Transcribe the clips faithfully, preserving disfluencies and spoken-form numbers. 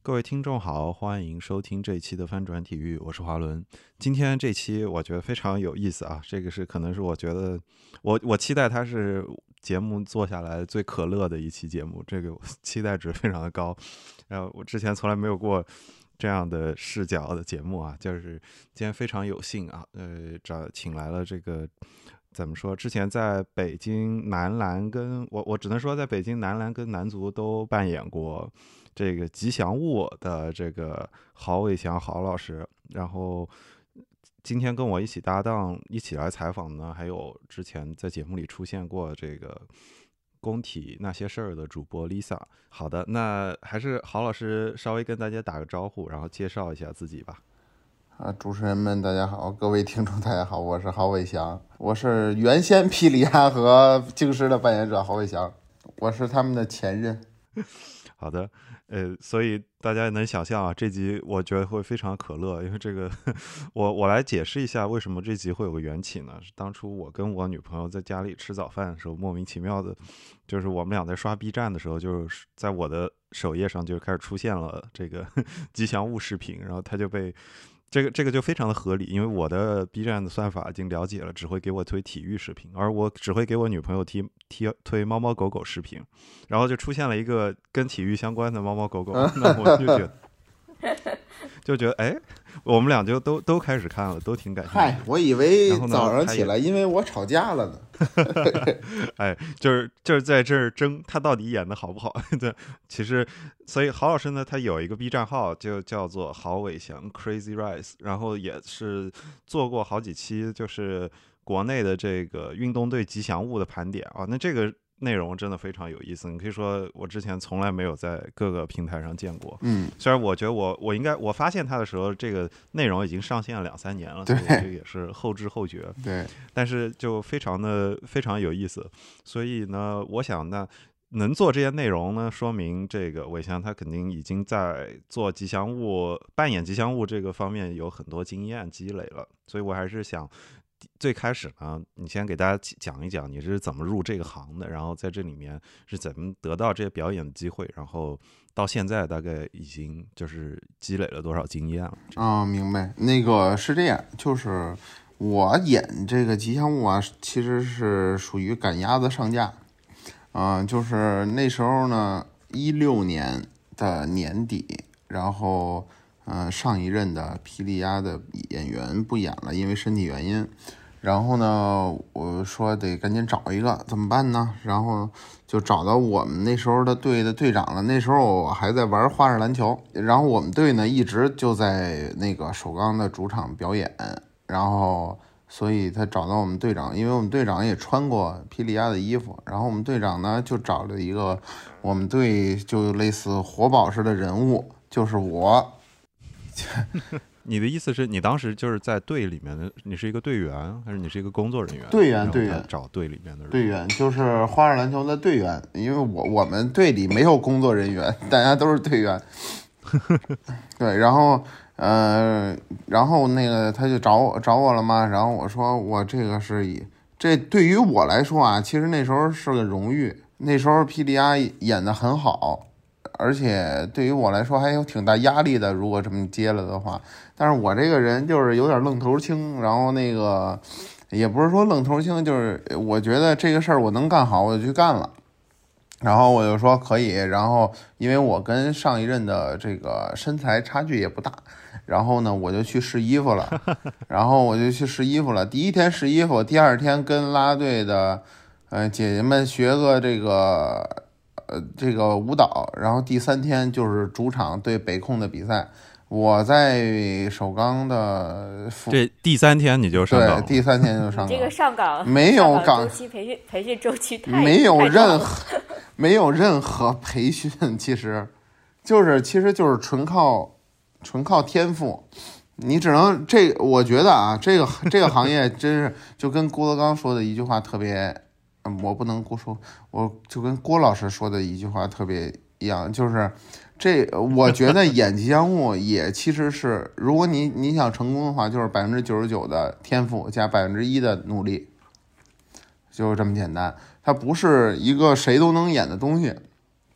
各位听众好，欢迎收听这一期的翻转体育，我是华伦。今天这期我觉得非常有意思啊，这个是可能是我觉得我我期待它是节目做下来最可乐的一期节目，这个期待值非常的高。呃，我之前从来没有过这样的视角的节目啊，就是今天非常有幸啊，呃，找请来了这个。怎么说？之前在北京男篮跟我，我只能说在北京男篮跟男足都扮演过这个吉祥物的这个郝伟翔郝老师，然后今天跟我一起搭档一起来采访呢，还有之前在节目里出现过这个工体那些事儿的主播 Lisa。好的，那还是郝老师稍微跟大家打个招呼，然后介绍一下自己吧。 啊，主持人们大家好，各位听众大家好，我是郝伟翔，我是原先霹雳鸭和京师的扮演者郝伟翔，我是他们的前任。 好的，呃，所以大家也能想象啊，这集我觉得会非常可乐，因为这个我我来解释一下为什么这集会有个缘起呢？是当初我跟我女朋友在家里吃早饭的时候，莫名其妙的，就是我们俩在刷 B 站的时候，就是在我的首页上就开始出现了这个吉祥物视频，然后它就被。这个这个就非常的合理，因为我的 B 站的算法已经了解了，只会给我推体育视频，而我只会给我女朋友踢踢推猫猫狗狗视频，然后就出现了一个跟体育相关的猫猫狗狗，那我就觉得就觉得哎，我们俩就都都开始看了，都挺感兴趣。 嗨，我以为早上起来，因为我吵架了呢。 哎，就是就是在这儿争他到底演的好不好？对，其实所以郝老师呢，他有一个 B 站号就叫做郝伟翔 Crazy Rice， 然后也是做过好几期就是国内的这个运动队吉祥物的盘点啊。那这个内容真的非常有意思，你可以说我之前从来没有在各个平台上见过。 嗯， 虽然我觉得我我应该我发现它的时候，这个内容已经上线了两三年了，所以这个也是后知后觉。 对， 但是就非常的非常有意思。所以呢，我想呢，能做这些内容呢，说明这个伟翔他肯定已经在做吉祥物扮演吉祥物这个方面有很多经验积累了。所以我还是想。最开始呢，你先给大家讲一讲你是怎么入这个行的，然后在这里面是怎么得到这些表演的机会，然后到现在大概已经就是积累了多少经验了。 啊、哦，明白。那个是这样，就是我演这个吉祥物啊，其实是属于赶鸭子上架，啊、呃，就是那时候呢，一六年的年底，然后。嗯、呃，上一任的霹雳鸭的演员不演了，因为身体原因。然后呢，我说得赶紧找一个，怎么办呢？然后就找到我们那时候的队的队长了。那时候我还在玩花式篮球，然后我们队呢一直就在那个首钢的主场表演。然后，所以他找到我们队长，因为我们队长也穿过霹雳鸭的衣服。然后我们队长呢就找了一个我们队就类似活宝式的人物，就是我。 你的意思是你当时就是在队里面的，你是一个队员还是你是一个工作人员？ 队员，队员找队里面的人。 队员就是花式篮球的队员，因为我我们队里没有工作人员，大家都是队员。对，然后呃，然后那个他就找我找我了嘛，然后我说我这个是以这对于我来说啊，其实那时候是个荣誉，那时候霹雳鸭演得很好。而且对于我来说还有挺大压力的，如果这么接了的话。但是我这个人就是有点愣头青，然后那个也不是说愣头青，就是我觉得这个事儿我能干好，我就去干了。然后我就说可以，然后因为我跟上一任的这个身材差距也不大，然后呢我就去试衣服了，然后我就去试衣服了。第一天试衣服，第二天跟啦啦队的呃姐姐们学个这个。呃，这个舞蹈，然后第三天就是主场对北控的比赛。我在首钢的， 这第三天你就上岗了？ 对，第三天就上岗。 这个上岗没有岗周期培训，培训周期太没有任何没有任何培训，其实就是其实就是纯靠纯靠天赋。你只能这，我觉得啊，这个这个行业真是就跟郭德纲说的一句话特别。我不能胡说，我就跟郭老师说的一句话特别一样，就是这，我觉得演吉祥物也其实是，如果你你想成功的话，就是百分之九十九的天赋加百分之一的努力，就是这么简单。它不是一个谁都能演的东西。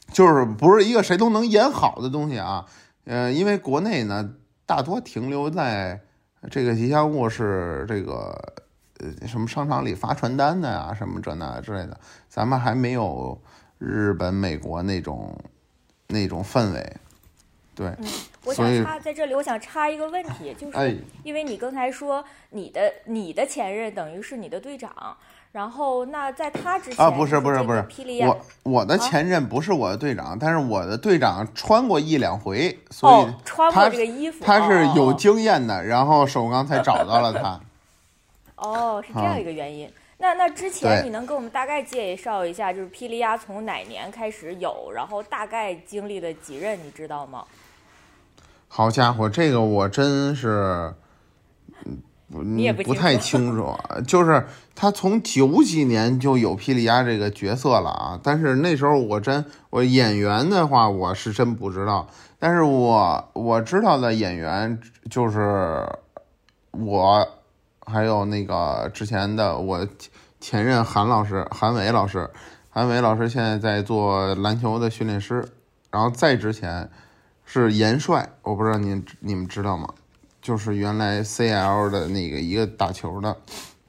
就是不是一个谁都能演好的东西啊。呃，因为国内呢大多停留在这个吉祥物是这个呃什么商场里发传单的啊，什么这那之类的，咱们还没有日本、美国那种那种氛围。对， 嗯，我想插在这里，我想插一个问题，就是因为你刚才说你的你的前任等于是你的队长，然后那在他之前啊，不是不是不是，我我的前任不是我的队长，啊、但是我的队长穿过一两回，所以哦、穿过这个衣服， 他是有经验的，哦、然后首钢才找到了他。 哦，是这样一个原因。嗯、那那之前你能给我们大概介绍一下，就是霹雳鸭从哪年开始有，然后大概经历了几任，你知道吗？ 好家伙，这个我真是， 你也不不太清楚。就是他从九几年就有霹雳鸭这个角色了啊，但是那时候我真我演员的话我是真不知道，但是我我知道的演员就是我，还有那个之前的我前任韩老师韩伟老师，韩伟老师现在在做篮球的训练师，然后再之前。是严帅，我不知道你你们知道吗？就是原来 C L 的那个一个打球的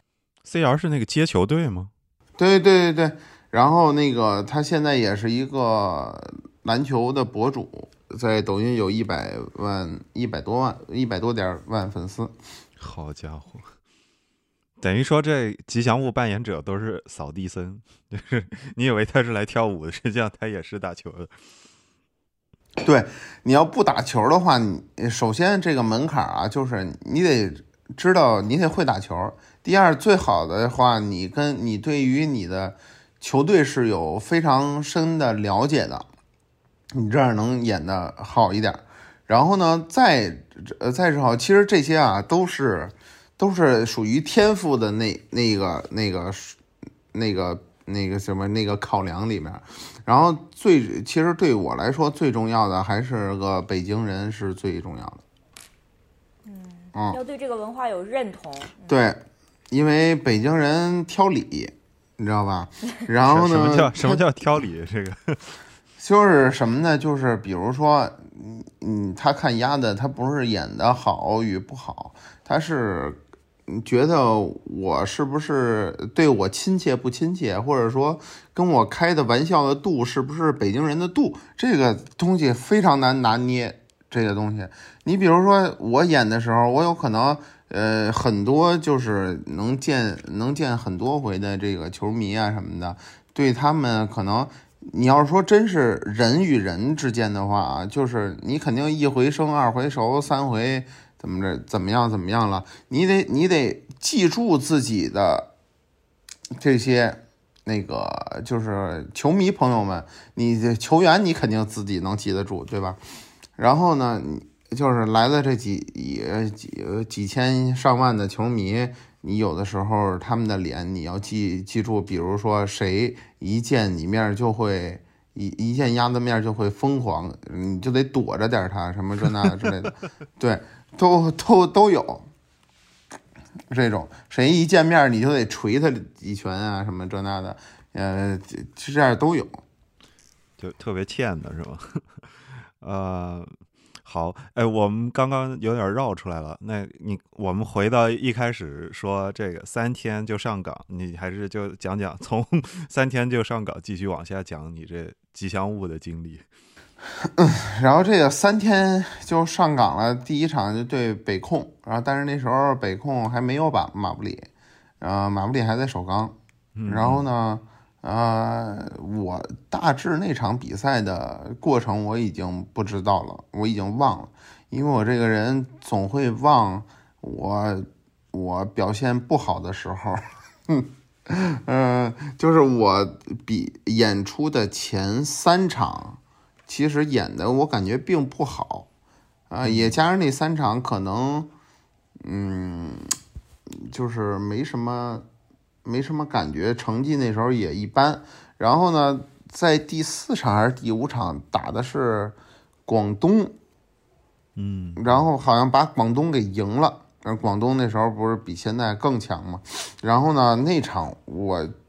，C L 是那个接球队吗？ 对对对对，然后那个他现在也是一个篮球的博主，在抖音有一百万、一百多万、一百多点万粉丝。 好家伙，等于说这吉祥物扮演者都是扫地僧，就是你以为他是来跳舞的，实际上他也是打球的。 对，你要不打球的话，你首先这个门槛啊，就是你得知道，你得会打球。第二，最好的话，你跟你对于你的球队是有非常深的了解的，你这样能演得好一点。然后呢，再呃再之后，其实这些啊都是都是属于天赋的那那个那个那个那个什么那个考量里面。然后最其实对我来说最重要的还是个北京人是最重要的， 嗯，嗯要对这个文化有认同。 对，因为北京人挑理，你知道吧？然后呢， 什么叫什么叫挑理？这个就是什么呢？就是比如说，嗯，他看鸭子，他不是演的好与不好，他是觉得我是不是对我亲切不亲切，或者说跟我开的玩笑的度是不是北京人的度，这个东西非常难拿捏。这个东西，你比如说我演的时候，我有可能呃很多就是能见能见很多回的这个球迷啊什么的，对他们可能你要是说真是人与人之间的话啊，就是你肯定一回生二回熟三回。怎么着？怎么样？怎么样了？你得你得记住自己的这些那个，就是球迷朋友们，你球员你肯定自己能记得住，对吧？然后呢，就是来了这几几几千上万的球迷，你有的时候他们的脸你要记记住，比如说谁一见你面就会。一一见鸭子面就会疯狂，你就得躲着点他，什么这那的之类的，对，都都都有这种，谁一见面你就得捶他几拳啊，什么这那的，呃，这样都有， 就特别欠的是吧？呃，好，哎，我们刚刚有点绕出来了，那你我们回到一开始说这个三天就上岗，你还是就讲讲从三天就上岗继续往下讲你这吉祥物的经历。 嗯，然后这个三天就上岗了，第一场就对北控，然后但是那时候北控还没有把马布里，呃，马布里还在首钢，然后呢，呃，我大致那场比赛的过程我已经不知道了，我已经忘了，因为我这个人总会忘我我表现不好的时候，嗯。嗯、呃，就是我比演出的前三场，其实演的我感觉并不好，啊、呃，也加上那三场可能，嗯，就是没什么，没什么感觉，成绩那时候也一般。然后呢，在第四场还是第五场打的是广东， 嗯， 然后好像把广东给赢了。广东那时候不是比现在更强吗？然后呢，那场我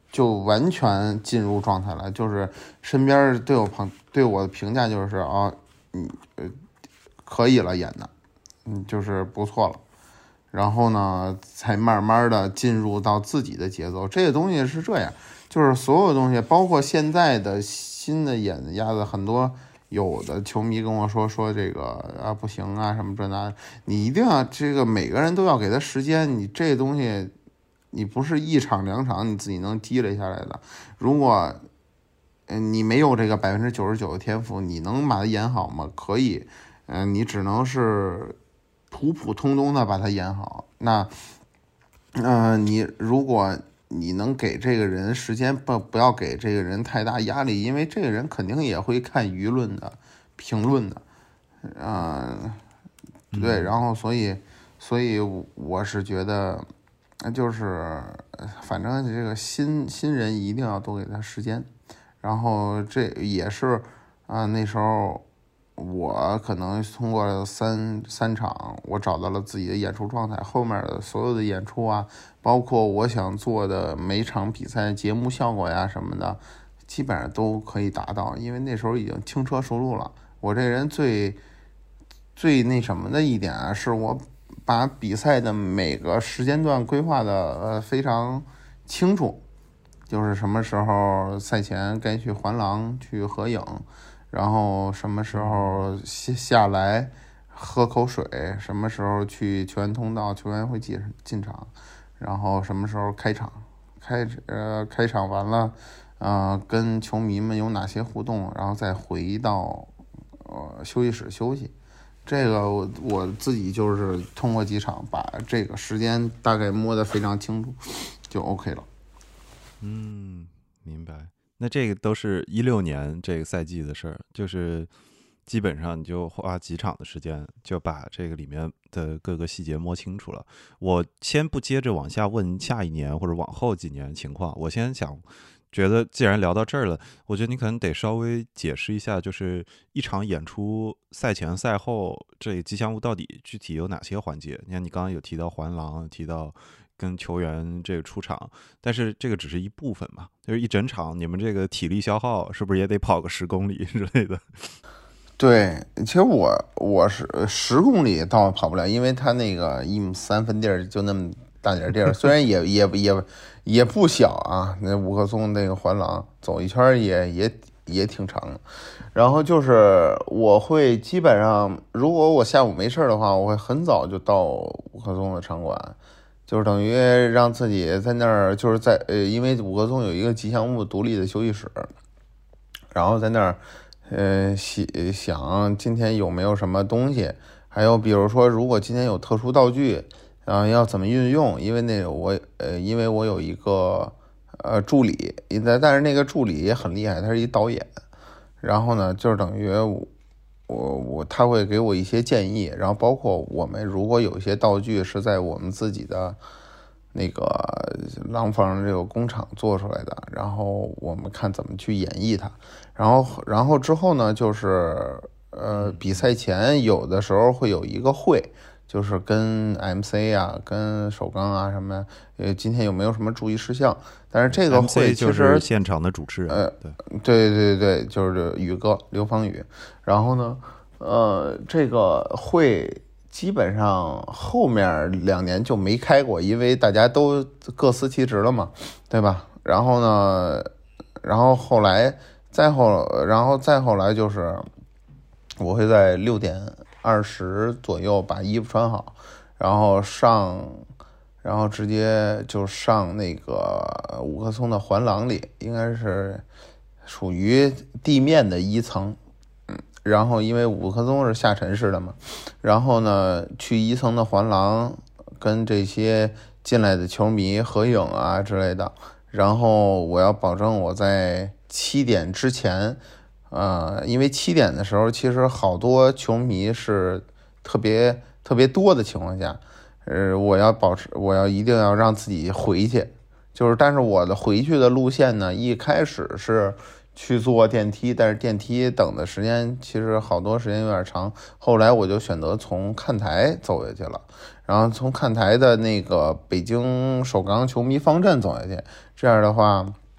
就完全进入状态了，就是身边对我朋对我的评价就是啊，嗯呃可以了演的，嗯就是不错了。然后呢，才慢慢的进入到自己的节奏。这个东西是这样，就是所有东西，包括现在的新的演的鸭子，很多有的球迷跟我说说这个啊不行啊什么这那，你一定要这个每个人都要给他时间，你这东西你不是一场两场你自己能积累下来的。如果嗯你没有这个百分之九十九的天赋，你能把它演好吗？可以，嗯，你只能是普普通通的把它演好。那，嗯、呃，你如果你能给这个人时间，不不要给这个人太大压力，因为这个人肯定也会看舆论的评论的，嗯、呃，对，然后所以所以我是觉得，就是反正这个新新人一定要多给他时间，然后这也是啊、呃、那时候。我可能通过三三场，我找到了自己的演出状态。后面的所有的演出啊，包括我想做的每场比赛节目效果呀什么的，基本上都可以达到。因为那时候已经轻车熟路了。我这人最最那什么的一点啊，是我把比赛的每个时间段规划的呃非常清楚，就是什么时候赛前该去环廊去合影。然后什么时候下下来喝口水，什么时候去球员通道，球员会进进场，然后什么时候开场，开呃开场完了，呃跟球迷们有哪些互动，然后再回到呃休息室休息。这个我我自己就是通过几场把这个时间大概摸得非常清楚，就 OK 了。 嗯，明白。那这个都是一六年这个赛季的事儿，就是基本上你就花几场的时间就把这个里面的各个细节摸清楚了。我先不接着往下问下一年或者往后几年情况，我先想觉得既然聊到这儿了，我觉得你可能得稍微解释一下，就是一场演出赛前赛后这个吉祥物到底具体有哪些环节。你看你刚刚有提到环廊，提到跟球员这个出场，但是这个只是一部分嘛，就是一整场你们这个体力消耗是不是也得跑个十公里之类的？ 对，其实我我是十公里倒跑不了，因为他那个一亩三分地儿就那么大点地儿，虽然也也也也不小啊，那五棵松那个环廊走一圈也也也挺长的。然后就是我会基本上，如果我下午没事的话，我会很早就到五棵松的场馆。就是等于让自己在那儿，就是在呃，因为五棵松有一个吉祥物独立的休息室，然后在那儿，呃，想今天有没有什么东西，还有比如说如果今天有特殊道具，然后要怎么运用，因为那个我呃，因为我有一个呃助理，但是那个助理也很厉害，他是一导演，然后呢，就是等于我。我我他会给我一些建议，然后包括我们如果有一些道具是在我们自己的那个廊坊这个工厂做出来的，然后我们看怎么去演绎它，然后然后之后呢，就是呃比赛前有的时候会有一个会，就是跟 M C 啊、跟首钢啊什么，呃今天有没有什么注意事项？但是这个会其实就是现场的主持人， 呃，对对对对，就是宇哥刘芳宇。然后呢，呃，这个会基本上后面两年就没开过，因为大家都各司其职了嘛，对吧？然后呢，然后后来再后，然后再后来就是我会在六点二十左右把衣服穿好，然后上。然后直接就上那个五棵松的环廊里，应该是属于地面的一层，嗯，然后因为五棵松是下沉式的嘛，然后呢去一层的环廊跟这些进来的球迷合影啊之类的，然后我要保证我在七点之前，呃，因为七点的时候其实好多球迷是特别特别多的情况下。呃，我要保持，我要一定要让自己回去，就是，但是我的回去的路线呢，一开始是去坐电梯，但是电梯等的时间其实好多时间有点长，后来我就选择从看台走下去了，然后从看台的那个北京首钢球迷方阵走下去，这样的话，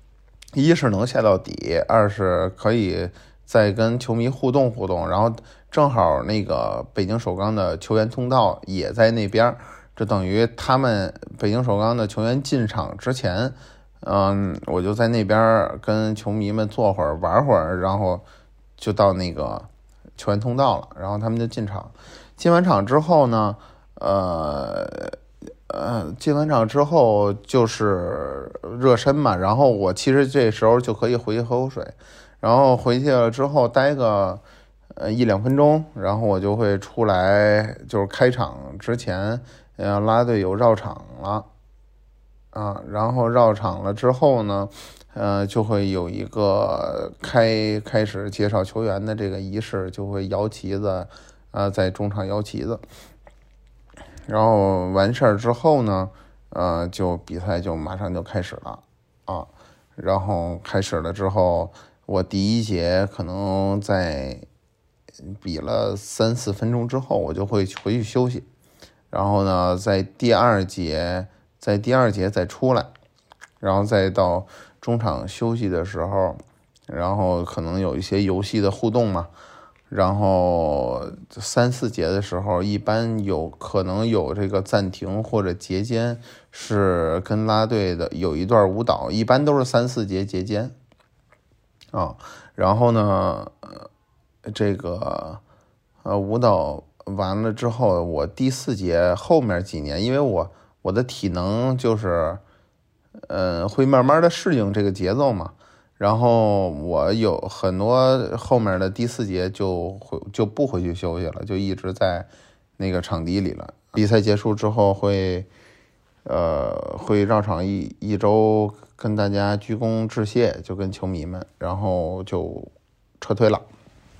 一是能下到底，二是可以再跟球迷互动互动，然后正好那个北京首钢的球员通道也在那边，这等于他们北京首钢的球员进场之前，嗯，我就在那边跟球迷们坐会儿玩会儿，然后就到那个球员通道了，然后他们就进场。进完场之后呢，呃呃，进完场之后就是热身嘛，然后我其实这时候就可以回去喝口水，然后回去了之后待个呃一两分钟，然后我就会出来，就是开场之前，呃，拉队有绕场了。啊，然后绕场了之后呢，呃，就会有一个开开始介绍球员的这个仪式，就会摇旗子，呃，在中场摇旗子，然后完事儿之后呢，呃，就比赛就马上就开始了啊，然后开始了之后，我第一节可能在比了三四分钟之后，我就会回去休息，然后呢，在第二节。在第二节再出来，然后再到中场休息的时候，然后可能有一些游戏的互动嘛，然后三四节的时候，一般有可能有这个暂停或者节间，是跟拉队的有一段舞蹈，一般都是三四节节间啊。然后呢，这个呃舞蹈完了之后，我第四节后面几年，因为我。我的体能就是，呃，会慢慢的适应这个节奏嘛。然后我有很多后面的第四节就回就不回去休息了，就一直在那个场地里了。比赛结束之后会，呃，会绕场一一周跟大家鞠躬致谢，就跟球迷们，然后就撤退了，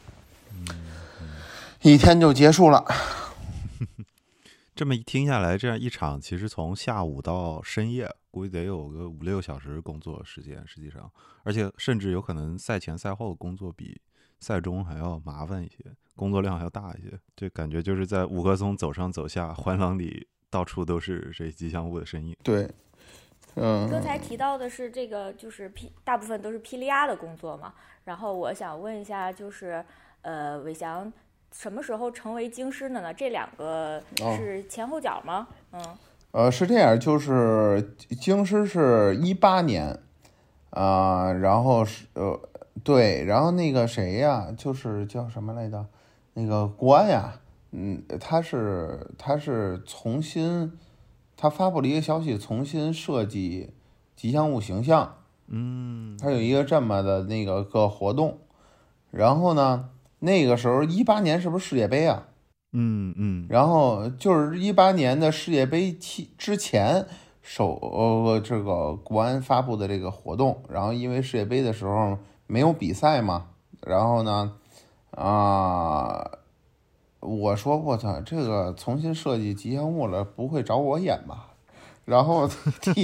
一天就结束了。 这么一听下来，这样一场其实从下午到深夜，估计得有个五六小时工作时间。实际上，而且甚至有可能赛前赛后的工作比赛中还要麻烦一些，工作量还要大一些。这感觉就是在五棵松走上走下，环廊里到处都是这吉祥物的身影。 对，嗯。 刚才提到的是这个，就是皮大部分都是皮利亚的工作嘛。然后我想问一下，就是呃，伟翔。什么时候成为京师的呢？这两个是前后脚吗？哦、嗯， 呃，是这样，就是京师是一八年，啊、呃，然后是呃，对，然后那个谁呀，就是叫什么来着？那个国安呀，嗯，他是他是重新，他发布了一个消息，重新设计吉祥物形象， 嗯， 他有一个这么的那个个活动，然后呢？那个时候一八年是不是世界杯啊？ 嗯嗯。 然后就是一八年的世界杯期之前首呃这个国安发布的这个活动，然后因为世界杯的时候没有比赛嘛，然后呢啊、呃，我说我操，这个重新设计吉祥物了，不会找我演吧？然后第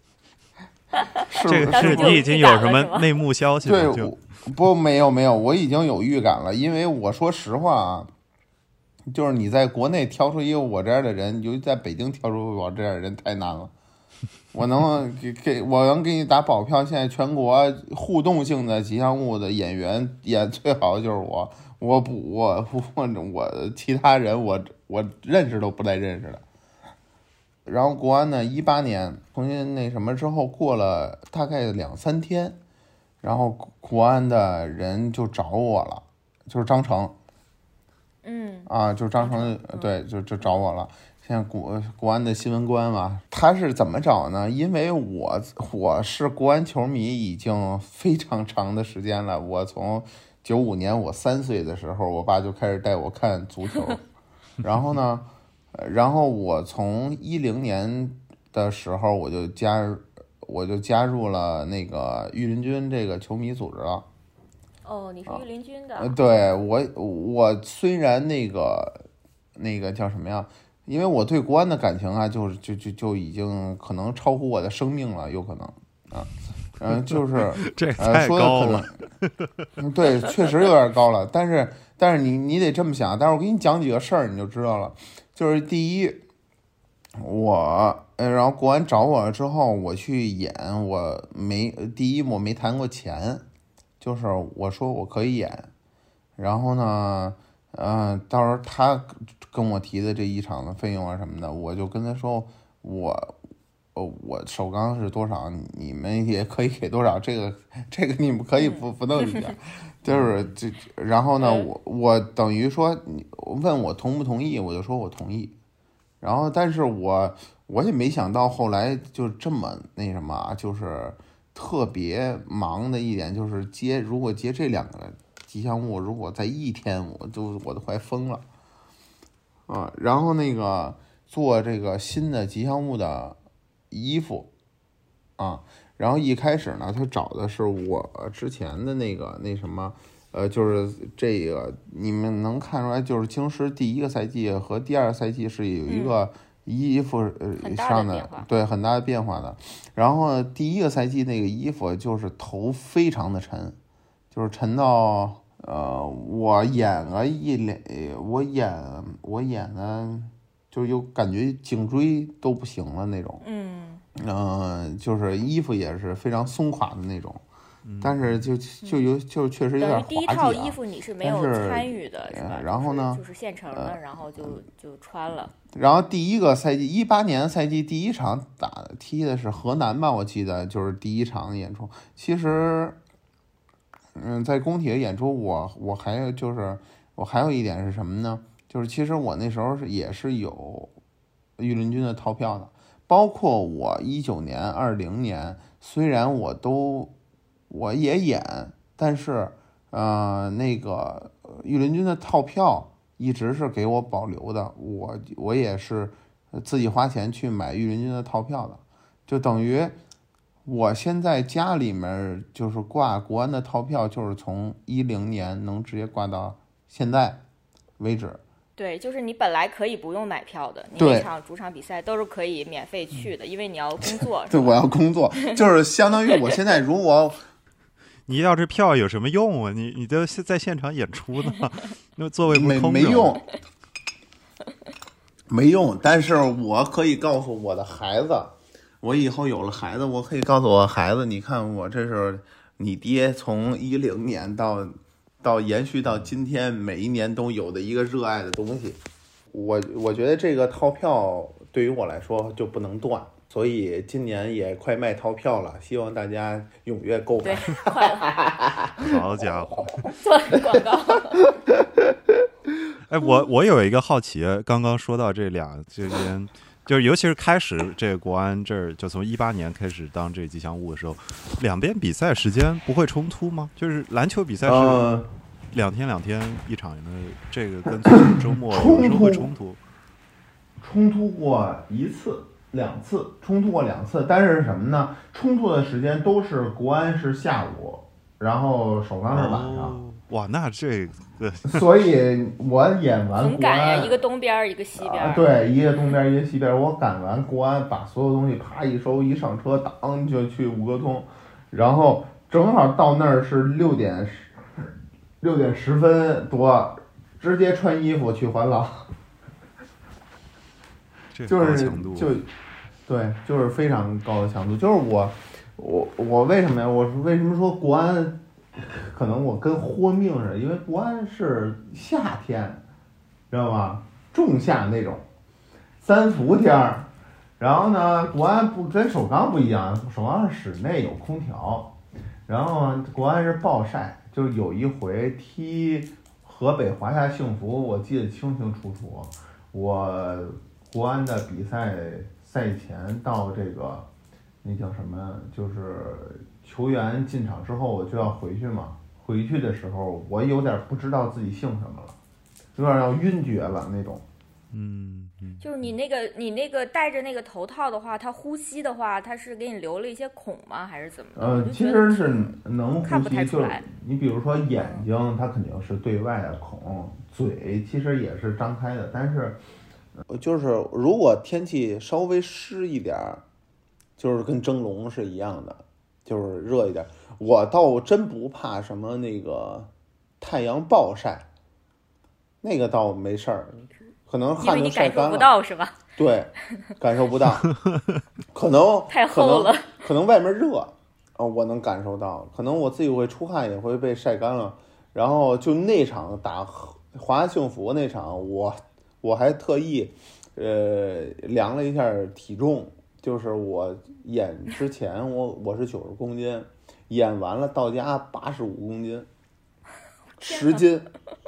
这个是你已经有什么内幕消息了？ 对。不，没有没有，我已经有预感了，因为我说实话啊，就是你在国内挑出一个我这样的人，尤其在北京挑出我这样的人太难了。我能给给我能给你打保票，现在全国互动性的吉祥物的演员演最好的就是我，我不我我我其他人我我认识都不带认识的。然后国安呢，一八年重新那什么之后，过了大概两三天。然后国安的人就找我了，就是张成， 嗯， 啊，就张成，对，就就找我了。现在国国安的新闻官嘛，他是怎么找呢？因为我我是国安球迷已经非常长的时间了。我从九五年我三岁的时候，我爸就开始带我看足球，然后呢，然后我从一零年的时候我就加入。我就加入了那个御林军这个球迷组织了。 哦，你是御林军的？ 呃，对我，我虽然那个那个叫什么呀？因为我对国安的感情啊，就是就就就已经可能超乎我的生命了，有可能啊。嗯、呃，就是这太高了。 呃、对，确实有点高了。但是但是你你得这么想，但是我给你讲几个事儿，你就知道了。就是第一。 我，呃，然后国安找我了之后，我去演，我没第一我没谈过钱，就是我说我可以演，然后呢，嗯、呃，到时候他跟我提的这一场的费用啊什么的，我就跟他说我。哦，我首钢是多少，你们也可以给多少，这个这个你们可以不不弄一下，就是这，然后呢，我我等于说你问我同不同意，我就说我同意，然后但是我我也没想到后来就这么那什么，就是特别忙的一点就是接，如果接这两个吉祥物，如果在一天，我就我都快疯了，啊，然后那个做这个新的吉祥物的衣服啊，然后一开始呢，他找的是我之前的那个那什么，呃，就是这个你们能看出来，就是京师第一个赛季和第二个赛季是有一个衣服呃上的， 嗯、 对很大的变化的。然后第一个赛季那个衣服就是头非常的沉，就是沉到呃，我演了一两，我演我演的。就有感觉颈椎都不行了那种， 嗯， 呃，就是衣服也是非常松垮的那种，但是就就有就确实有点滑稽啊。 第一套衣服你是没有参与的，是吧？ 然后呢， 就是现成的，然后就就穿了。 然后第一个赛季，一八年赛季第一场打的踢的是河南吧，我记得就是第一场演出。其实，嗯，在工体的演出，我我还有就是我还有一点是什么呢？就是其实我那时候是也是有御林军的套票的，包括我一九年、二零年，虽然我都我也演，但是呃那个御林军的套票一直是给我保留的，我我也是自己花钱去买御林军的套票的，就等于我现在家里面就是挂国安的套票，就是从一零年能直接挂到现在为止。 对，就是你本来可以不用买票的，你每场主场比赛都是可以免费去的，因为你要工作。 对，我要工作，就是相当于我现在如果你要这票有什么用啊？你你都在现场演出呢，那座位不没空着没用，没用。但是我可以告诉我的孩子，我以后有了孩子，我可以告诉我孩子，你看我这是你爹从一零年到。到延续到今天，每一年都有的一个热爱的东西，我我觉得这个套票对于我来说就不能断，所以今年也快卖套票了，希望大家踊跃购买。 对，快了， 好家伙， 做广告。 哎，我我有一个好奇，刚刚说到这俩这边。就是尤其是开始这个国安这儿，就从一八年开始当这吉祥物的时候，两边比赛时间不会冲突吗？就是篮球比赛是两天两天一场的，这个跟周末有时候会冲突。 冲突过一次、两次，冲突过两次，但是什么呢？冲突的时间都是国安是下午，然后首钢是晚上。 哦哇，那这个， 所以我演完很赶呀，一个东边一个西边、 啊，对，一个东边一个西边。我赶完国安，把所有东西啪一收，一上车，当就去五棵通，然后正好到那儿是六点六点十分多，直接穿衣服去环廊，就是就对，就是非常高的强度。就是我我我为什么呀？我为什么说国安？可能我跟豁命似的，因为国安是夏天，知道吗？仲夏那种三伏天儿，然后呢，国安不跟首钢不一样，首钢是室内有空调，然后国安是暴晒，就有一回踢河北华夏幸福，我记得清清楚楚，我国安的比赛赛前到这个那叫什么，就是球员进场之后我就要回去嘛，回去的时候我有点不知道自己姓什么了，有点要晕厥了那种。 嗯，嗯就是你那个你那个戴着那个头套的话，它呼吸的话，它是给你留了一些孔吗？还是怎么的？ 呃，其实是能呼吸， 看不太出来。 你比如说眼睛，它肯定是对外的孔，嘴其实也是张开的，但是就是如果天气稍微湿一点，就是跟蒸笼是一样的，就是热一点。我倒真不怕什么那个太阳暴晒，那个倒没事儿。 可能汗就晒干了。 因为你感受不到是吧？ 对，感受不到，可能太厚了， 可能，可能外面热啊、哦，我能感受到，可能我自己会出汗，也会被晒干了。然后就那场打华夏幸福那场，我我还特意呃量了一下体重，就是我演之前我我是九十公斤，演完了到家八十五公斤，十斤，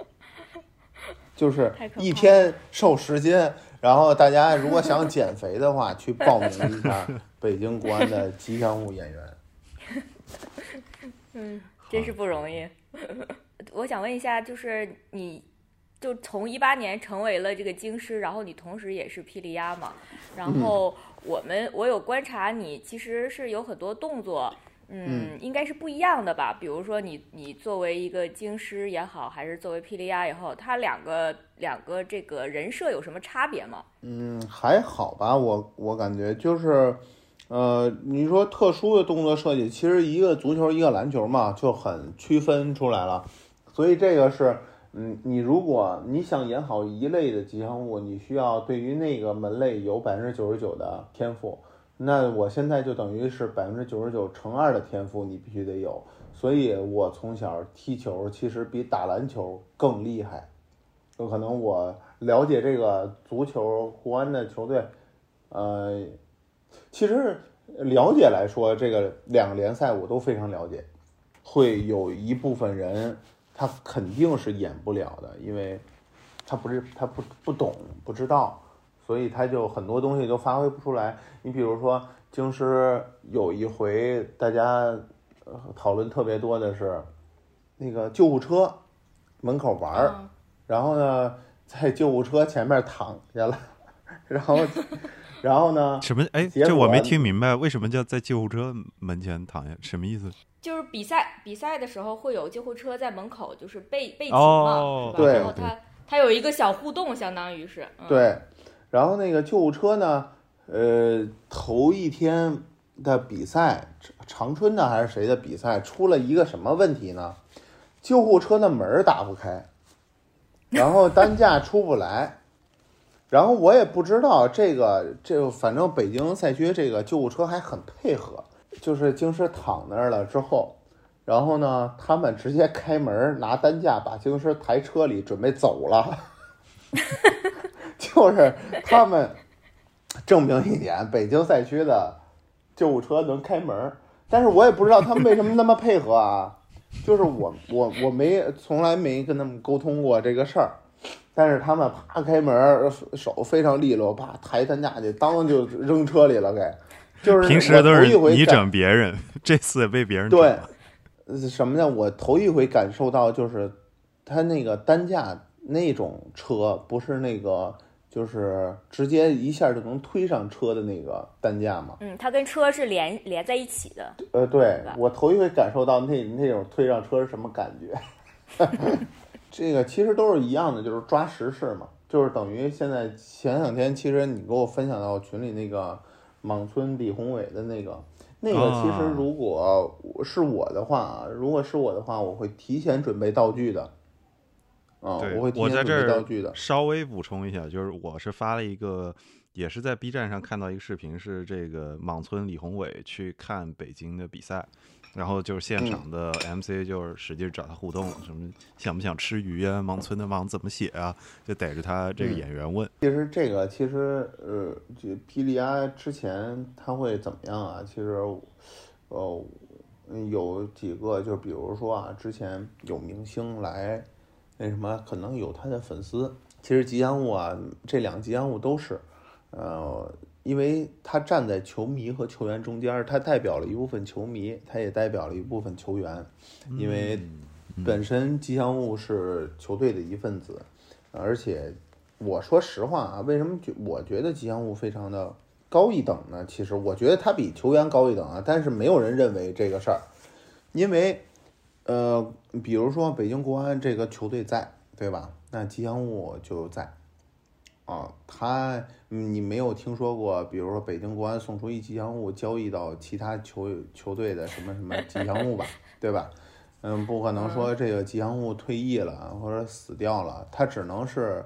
就是一天瘦十斤。然后大家如果想减肥的话，去报名一下北京国安的吉祥物演员。 嗯，真是不容易。我想问一下，就是你，就从一八年成为了这个京师，然后你同时也是霹雳鸭嘛？然后我们我有观察你，其实是有很多动作。嗯，应该是不一样的吧？比如说你，你作为一个京师也好，还是作为霹雳鸭也好，它两个两个这个人设有什么差别吗？ 嗯，还好吧，我我感觉就是，呃，你说特殊的动作设计，其实一个足球一个篮球嘛，就很区分出来了。所以这个是，嗯，你如果你想演好一类的吉祥物，你需要对于那个门类有百分之九十九的天赋。那我现在就等于是百分之九十九乘二的天赋，你必须得有。所以我从小踢球其实比打篮球更厉害。有可能我了解这个足球国安的球队，呃，其实了解来说，这个两个联赛我都非常了解。会有一部分人他肯定是演不了的，因为他不是他不不懂不知道。所以他就很多东西都发挥不出来。你比如说京师有一回大家讨论特别多的是那个救护车门口玩儿、嗯、然后呢在救护车前面躺下了，然后然后呢什么哎这我没听明白，为什么叫在救护车门前躺下，什么意思？ 就是比赛比赛的时候会有救护车在门口，就是备备勤嘛、 哦、 是吧？然后他他有一个小互动，相当于是、嗯、 对。然后那个救护车呢，呃，头一天的比赛，长春的还是谁的比赛，出了一个什么问题呢？救护车的门打不开，然后担架出不来，然后我也不知道这个这个，反正北京赛区这个救护车还很配合，就是京师躺那儿了之后，然后呢，他们直接开门拿担架把京师抬车里准备走了。就是他们证明一点，北京赛区的救护车能开门，但是我也不知道他们为什么那么配合啊。就是我我我没从来没跟他们沟通过这个事儿，但是他们啪开门，手非常利落，啪抬担架去，当就扔车里了，给就是平时都是你整别人，这次被别人整了。 对，什么呢？我头一回感受到就是他那个担架那种车，不是那个。就是直接一下就能推上车的那个担架嘛， 嗯，它跟车是连连在一起的。 呃，对，我头一回感受到那那种推上车是什么感觉。这个其实都是一样的，就是抓时事嘛，就是等于现在前两天，其实你给我分享到群里那个莽村李宏伟的那个，那个其实如果是我的话啊，如果是我的话，我会提前准备道具的。 哦、 对，我会我在这儿稍微补充一下，就是我是发了一个，也是在 B 站上看到一个视频，是这个莽村李宏伟去看北京的比赛，然后就是现场的 M C 就是使劲找他互动，嗯、什么想不想吃鱼啊，莽村的莽怎么写啊，就逮着他这个演员问。 嗯、其实这个其实呃，就霹雳鸭之前他会怎么样啊？其实呃有几个，就比如说啊，之前有明星来。那什么，可能有他的粉丝。其实吉祥物啊，这两个吉祥物都是，呃，因为他站在球迷和球员中间，他代表了一部分球迷，他也代表了一部分球员。因为本身吉祥物是球队的一份子，而且我说实话啊，为什么我觉得吉祥物非常的高一等呢？其实我觉得他比球员高一等啊，但是没有人认为这个事儿，因为。呃，比如说北京国安这个球队在，对吧？那吉祥物就在，啊，他你没有听说过，比如说北京国安送出一吉祥物交易到其他球球队的什么什么吉祥物吧，对吧？嗯，不可能说这个吉祥物退役了或者死掉了，它只能是，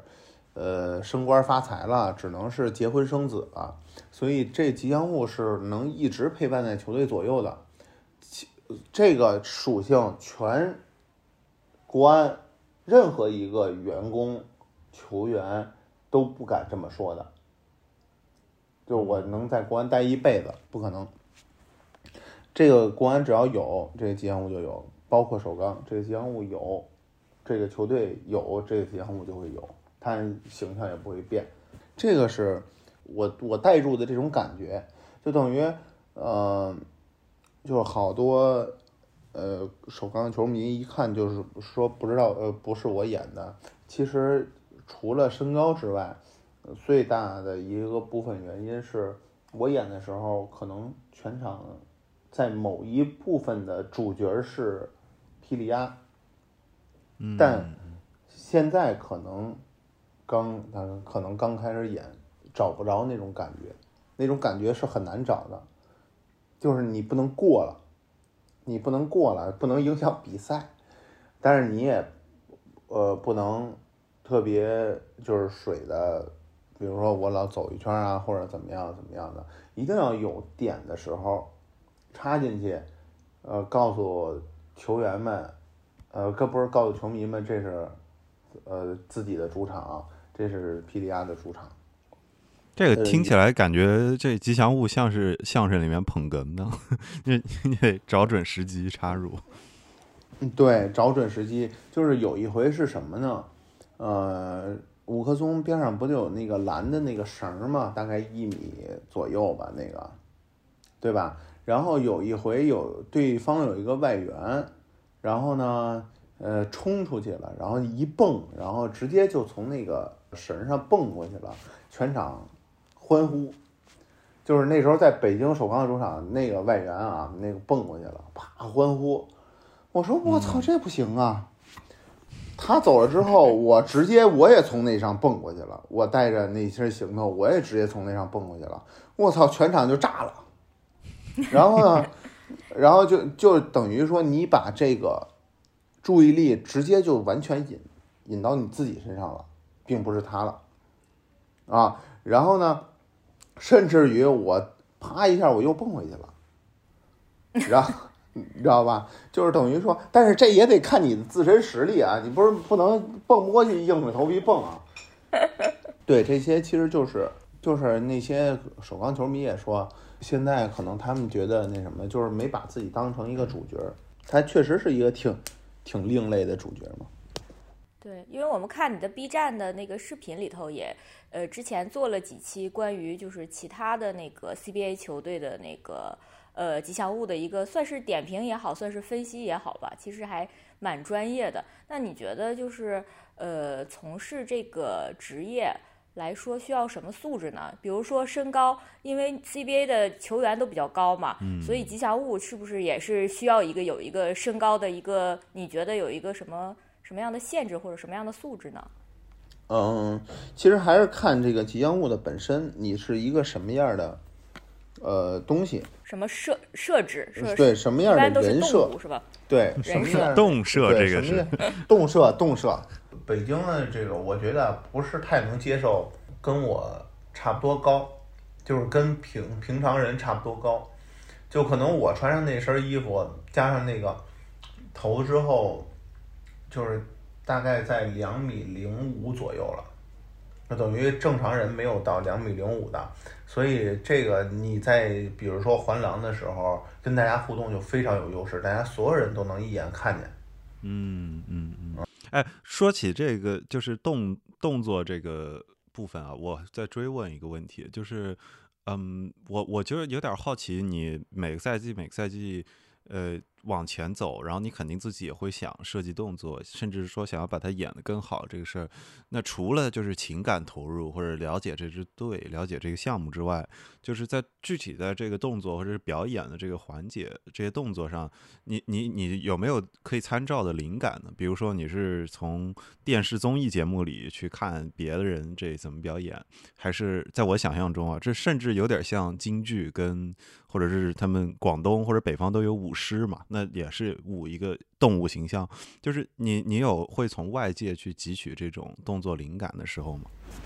呃升官发财了，只能是结婚生子了。所以这吉祥物是能一直陪伴在球队左右的。这个属性全国安任何一个员工球员都不敢这么说的，就是我能在国安待一辈子，不可能。这个国安只要有这个吉祥物就有，包括首钢这个吉祥物有，这个球队有这个吉祥物就会有，它形象也不会变。这个是我我带入的这种感觉，就等于呃，就是好多呃首钢球迷一看就是说不知道呃不是我演的，其实除了身高之外，最大的一个部分原因是我演的时候可能全场在某一部分的主角是皮里亚，但现在可能刚可能刚开始演找不着那种感觉，那种感觉是很难找的，就是你不能过了，你不能过了，不能影响比赛，但是你也呃不能特别就是水的，比如说我老走一圈啊，或者怎么样怎么样的，一定要有点的时候插进去，呃，告诉球员们，呃，更不是告诉球迷们，这是呃自己的主场，这是皮里亚的主场。 这个听起来感觉这吉祥物像是相声里面捧哏的，你你得找准时机插入。 对，找准时机，就是有一回是什么呢？呃，五棵松边上不就有那个蓝的那个绳吗？大概一米左右吧，那个，对吧？然后有一回有对方有一个外援，然后呢，呃，冲出去了，然后一蹦，然后直接就从那个绳上蹦过去了，全场欢呼。就是那时候在北京首钢的主场，那个外援啊，那个蹦过去了，啪欢呼。我说我操，这不行啊！他走了之后，我直接我也从那上蹦过去了，我带着那身行头，我也直接从那上蹦过去了。我操，全场就炸了。然后呢，然后就就等于说你把这个注意力直接就完全引引到你自己身上了，并不是他了啊。然后呢，甚至于我啪一下我又蹦回去了，然后。你知道吧？就是等于说，但是这也得看你的自身实力啊，你不是不能蹦不过去，硬着头皮蹦啊。对，这些其实就是就是那些首钢球迷也说，现在可能他们觉得那什么，就是没把自己当成一个主角，他确实是一个挺挺另类的主角嘛。 对，因为我们看你的 B 站的那个视频里头也，呃，之前做了几期关于就是其他的那个 C B A 球队的那个。呃，吉祥物的一个算是点评也好，算是分析也好吧，其实还蛮专业的。那你觉得就是呃，从事这个职业来说，需要什么素质呢？比如说身高，因为 C B A 的球员都比较高嘛，嗯、所以吉祥物是不是也是需要一个有一个身高的一个？你觉得有一个什么什么样的限制或者什么样的素质呢？ 嗯，其实还是看这个吉祥物的本身，你是一个什么样的。呃，东西什么设设置？设对什么样的人设是吧？ 对，什么样动设这个是动设动设。北京的这个，我觉得不是太能接受跟我差不多高，就是跟平平常人差不多高，就可能我穿上那身衣服，加上那个头之后，就是大概在两米零五左右了。那等于正常人没有到两米零五的，所以这个你在比如说环廊的时候跟大家互动就非常有优势，大家所有人都能一眼看见。 嗯嗯嗯。哎，说起这个就是动动作这个部分啊，我再追问一个问题，就是嗯，我我就是有点好奇，你每个赛季每个赛季呃往前走，然后你肯定自己也会想设计动作，甚至说想要把它演得更好这个事儿。那除了就是情感投入或者了解这支队、了解这个项目之外，就是在具体的这个动作或者是表演的这个环节、这些动作上，你你你有没有可以参照的灵感呢？比如说你是从电视综艺节目里去看别的人这怎么表演，还是在我想象中啊，这甚至有点像京剧跟或者是他们广东或者北方都有舞狮嘛？ 那也是舞一个动物形象。就是你你有会从外界去汲取这种动作灵感的时候吗？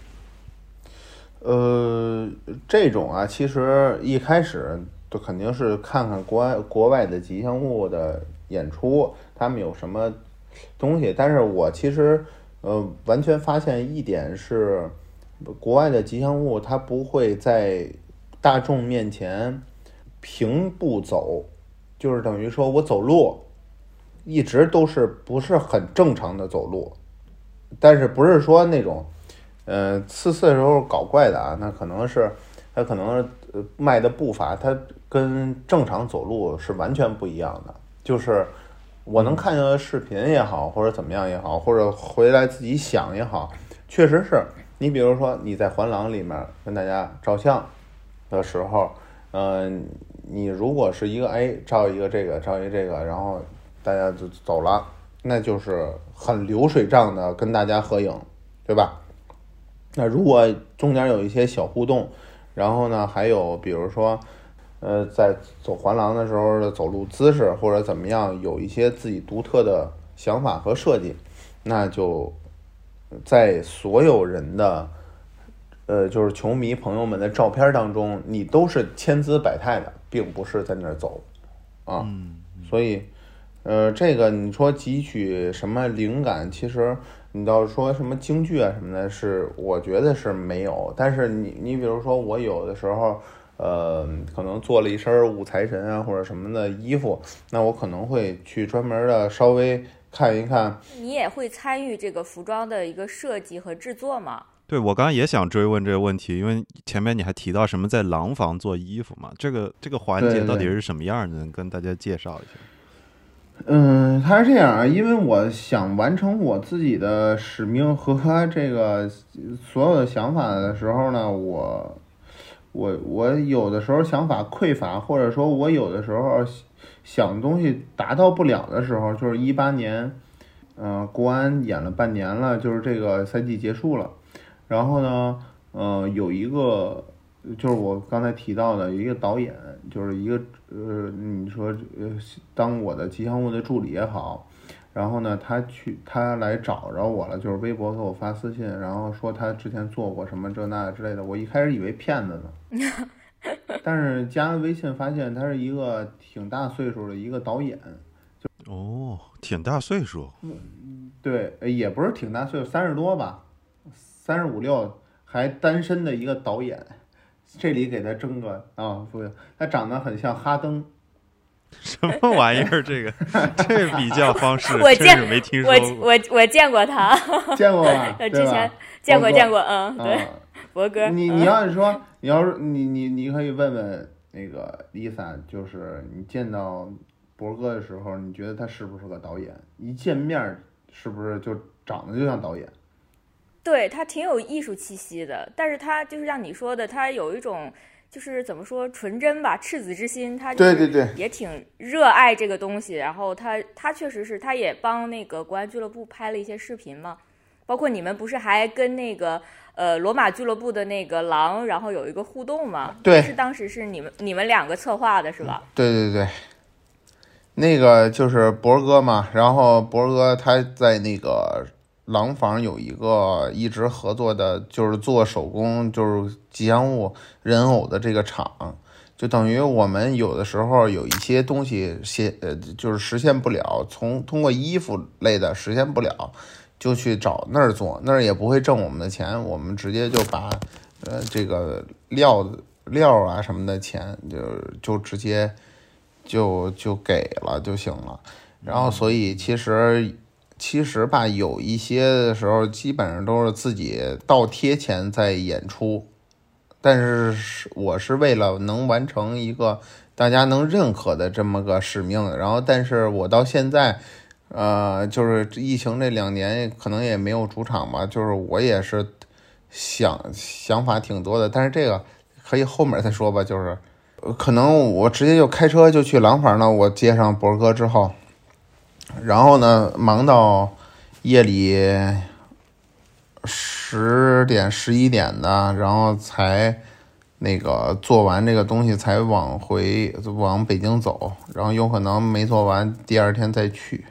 呃，这种啊，其实一开始都肯定是看看国外国外的吉祥物的演出，他们有什么东西。但是我其实呃完全发现一点是，国外的吉祥物它不会在大众面前平步走，就是等于说我走路一直都是不是很正常的走路，但是不是说那种呃次次的时候搞怪的啊，那可能是他可能呃迈的步伐，它跟正常走路是完全不一样的。就是我能看到的视频也好，或者怎么样也好，或者回来自己想也好，确实是你比如说你在环廊里面跟大家照相的时候，嗯、呃，你如果是一个哎照一个这个照一个这个，然后大家就走了，那就是很流水账的跟大家合影，对吧？那如果中间有一些小互动，然后呢，还有比如说，呃，在走环廊的时候的走路姿势或者怎么样，有一些自己独特的想法和设计，那就在所有人的，呃，就是球迷朋友们的照片当中，你都是千姿百态的，并不是在那儿走，啊， 嗯， 所以，呃，这个你说汲取什么灵感，其实。你要说什么京剧啊什么的，是我觉得是没有。但是你你比如说我有的时候，呃，可能做了一身五财神啊或者什么的衣服，那我可能会去专门的稍微看一看。 你也会参与这个服装的一个设计和制作吗？ 对，我刚刚也想追问这个问题，因为前面你还提到什么在廊坊做衣服嘛，这个这个环节到底是什么样的？能跟大家介绍一下？ 嗯，他是这样啊，因为我想完成我自己的使命和这个所有的想法的时候呢，我我我有的时候想法匮乏，或者说我有的时候想东西达到不了的时候，就是一八年，嗯、呃，国安演了半年了，就是这个赛季结束了，然后呢，呃，有一个。就是我刚才提到的一个导演，就是一个呃，你说呃，当我的吉祥物的助理也好，然后呢，他去他来找着我了，就是微博给我发私信，然后说他之前做过什么这那之类的，我一开始以为骗子呢，但是加了微信发现他是一个挺大岁数的一个导演， 就哦，挺大岁数， 嗯，对，也不是挺大岁数，三十多吧，三十五六，还单身的一个导演。这里给他争个啊，不，他长得很像哈登， 什么玩意儿？这个这比较方式， 我见没听说过。 我我我见过他， 见过吧？ 之前见过见过，嗯，对， 啊、 博哥。 你你要是说，你要是你你你可以问问那个 Lisa， 就是你见到博哥的时候，你觉得他是不是个导演？一见面是不是就长得就像导演？ 对，他挺有艺术气息的，但是他就是像你说的，他有一种就是怎么说纯真吧，赤子之心，他对对对也挺热爱这个东西。然后他他确实是，他也帮那个国安俱乐部拍了一些视频嘛，包括你们不是还跟那个呃罗马俱乐部的那个狼，然后有一个互动嘛？ 对， 是当时是你们你们两个策划的是吧？ 对对对，那个就是博哥嘛，然后博哥他在那个。廊坊有一个一直合作的，就是做手工，就是吉祥物人偶的这个厂，就等于我们有的时候有一些东西现呃就是实现不了，从通过衣服类的实现不了，就去找那儿做，那儿也不会挣我们的钱，我们直接就把呃这个料料啊什么的钱就就直接就就给了就行了，然后所以其实。其实吧，有一些的时候基本上都是自己倒贴钱在演出，但是我是为了能完成一个大家能认可的这么个使命，然后但是我到现在呃就是疫情这两年可能也没有主场嘛，就是我也是想想法挺多的，但是这个可以后面再说吧，就是可能我直接就开车就去廊坊了，我接上博哥之后，然后呢忙到夜里十点十一点的，然后才那个做完这个东西才往回往北京走，然后有可能没做完，第二天再去。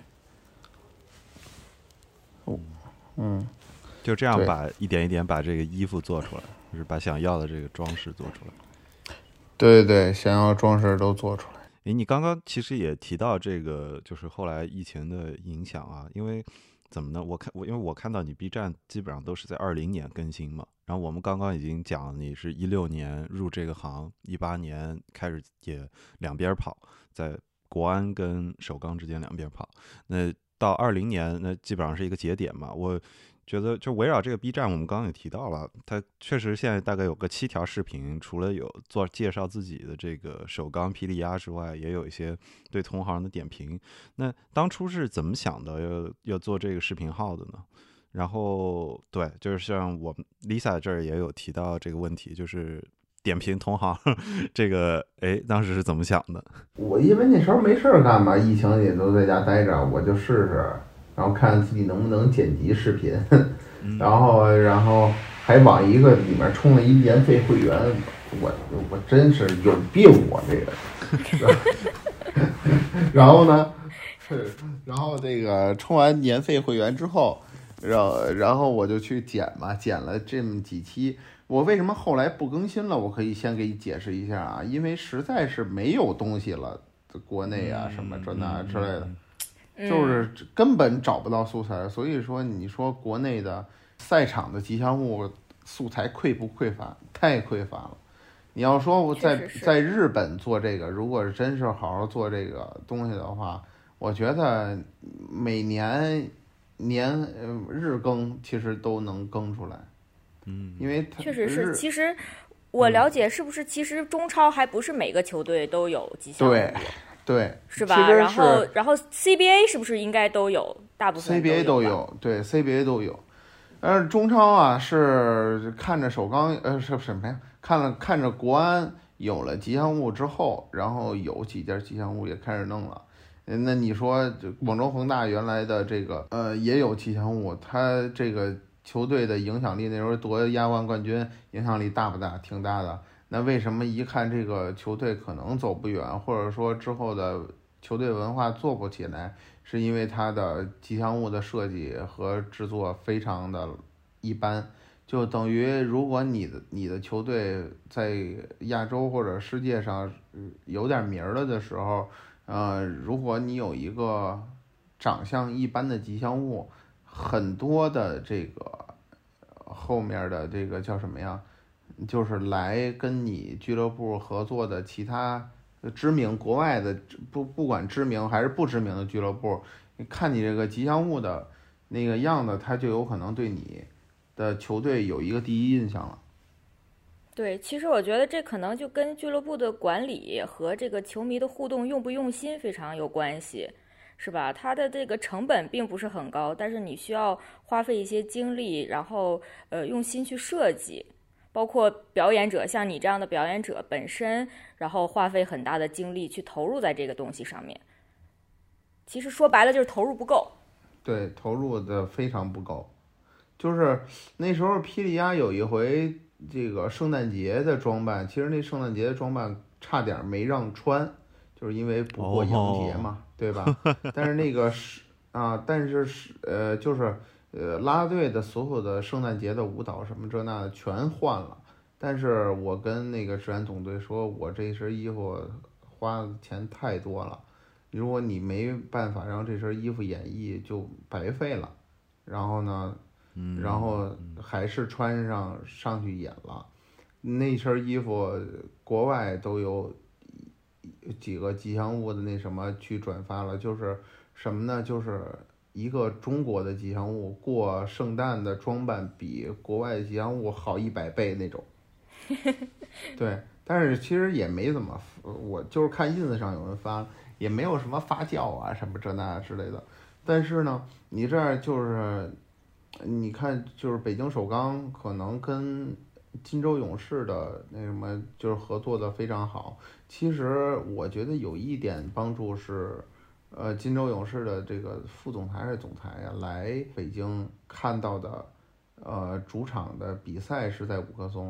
嗯， 就这样把一点一点把这个衣服做出来，就是把想要的这个装饰做出来。 对对，想要装饰都做出来。 诶，你刚刚其实也提到这个，就是后来疫情的影响啊，因为怎么呢？我看我因为我看到你 B 站基本上都是在二零年更新嘛，然后我们刚刚已经讲你是一六年入这个行，一八年开始也两边跑，在国安跟首钢之间两边跑，那到二零年那基本上是一个节点嘛，我。觉得就围绕这个 B 站，我们刚刚也提到了，它确实现在大概有个七条视频，除了有做介绍自己的这个首钢霹雳鸭之外，也有一些对同行的点评。那当初是怎么想的要要做这个视频号的呢？然后对，就是像我们 Lisa 这儿也有提到这个问题，就是点评同行这个，哎，当时是怎么想的？ 我因为那时候没事干嘛，疫情也都在家待着，我就试试。然后看自己能不能剪辑视频，然后然后还往一个里面充了一年费会员，我我真是有病我这个。然后呢，然后这个充完年费会员之后，然后然后我就去剪嘛，剪了这么几期。我为什么后来不更新了？我可以先给你解释一下啊，因为实在是没有东西了，国内啊什么这那之类的。就是根本找不到素材，所以说你说国内的赛场的吉祥物素材匮不匮乏？太匮乏了。你要说我在在日本做这个，如果是真是好好做这个东西的话，我觉得每年年日更其实都能更出来。 嗯， 因为它确实是。其实我了解，是不是其实中超还不是每个球队都有吉祥物？ 对。对， 是吧？然后，然后 C B A 是不是应该都有？大部分 C B A 都有，对 C B A 都有。但是中超啊，是看着首钢，呃，是什么呀？看了看着国安有了吉祥物之后，然后有几件吉祥物也开始弄了。那你说，广州恒大原来的这个，呃，也有吉祥物，他这个球队的影响力，那时候夺亚冠冠军，影响力大不大？挺大的。那为什么一看这个球队可能走不远，或者说之后的球队文化做不起来，是因为它的吉祥物的设计和制作非常的一般，就等于如果你的你的球队在亚洲或者世界上有点名了的时候，呃，如果你有一个长相一般的吉祥物，很多的这个后面的这个叫什么呀？就是来跟你俱乐部合作的其他知名国外的不不管知名还是不知名的俱乐部，看你这个吉祥物的那个样子，他就有可能对你的球队有一个第一印象了。 对，其实我觉得这可能就跟俱乐部的管理和这个球迷的互动用不用心非常有关系，是吧？它的这个成本并不是很高，但是你需要花费一些精力，然后呃用心去设计。包括表演者，像你这样的表演者本身，然后花费很大的精力去投入在这个东西上面。其实说白了就是投入不够。 对，投入的非常不够。就是那时候霹雳鸭有一回这个圣诞节的装扮，其实那圣诞节的装扮差点没让穿，就是因为不过洋节嘛， oh. 对吧？但是那个是啊，但是是呃，就是。呃，啦啦队的所有的圣诞节的舞蹈什么这那的全换了，但是我跟那个治安总队说，我这身衣服花的钱太多了，如果你没办法让这身衣服演绎，就白费了。然后呢，然后还是穿上上去演了。那身衣服国外都有几个吉祥物的那什么去转发了，就是什么呢？就是一个中国的吉祥物过圣诞的装扮比国外的吉祥物好一百倍那种。对，但是其实也没怎么，我就是看 ins 上有人发，也没有什么发酵啊什么这那之类的。但是呢，你这儿就是你看，就是北京首钢可能跟金州勇士的那什么就是合作的非常好。其实我觉得有一点帮助是。呃，金州勇士的这个副总裁还是总裁啊，来北京看到的，呃，主场的比赛是在五棵松，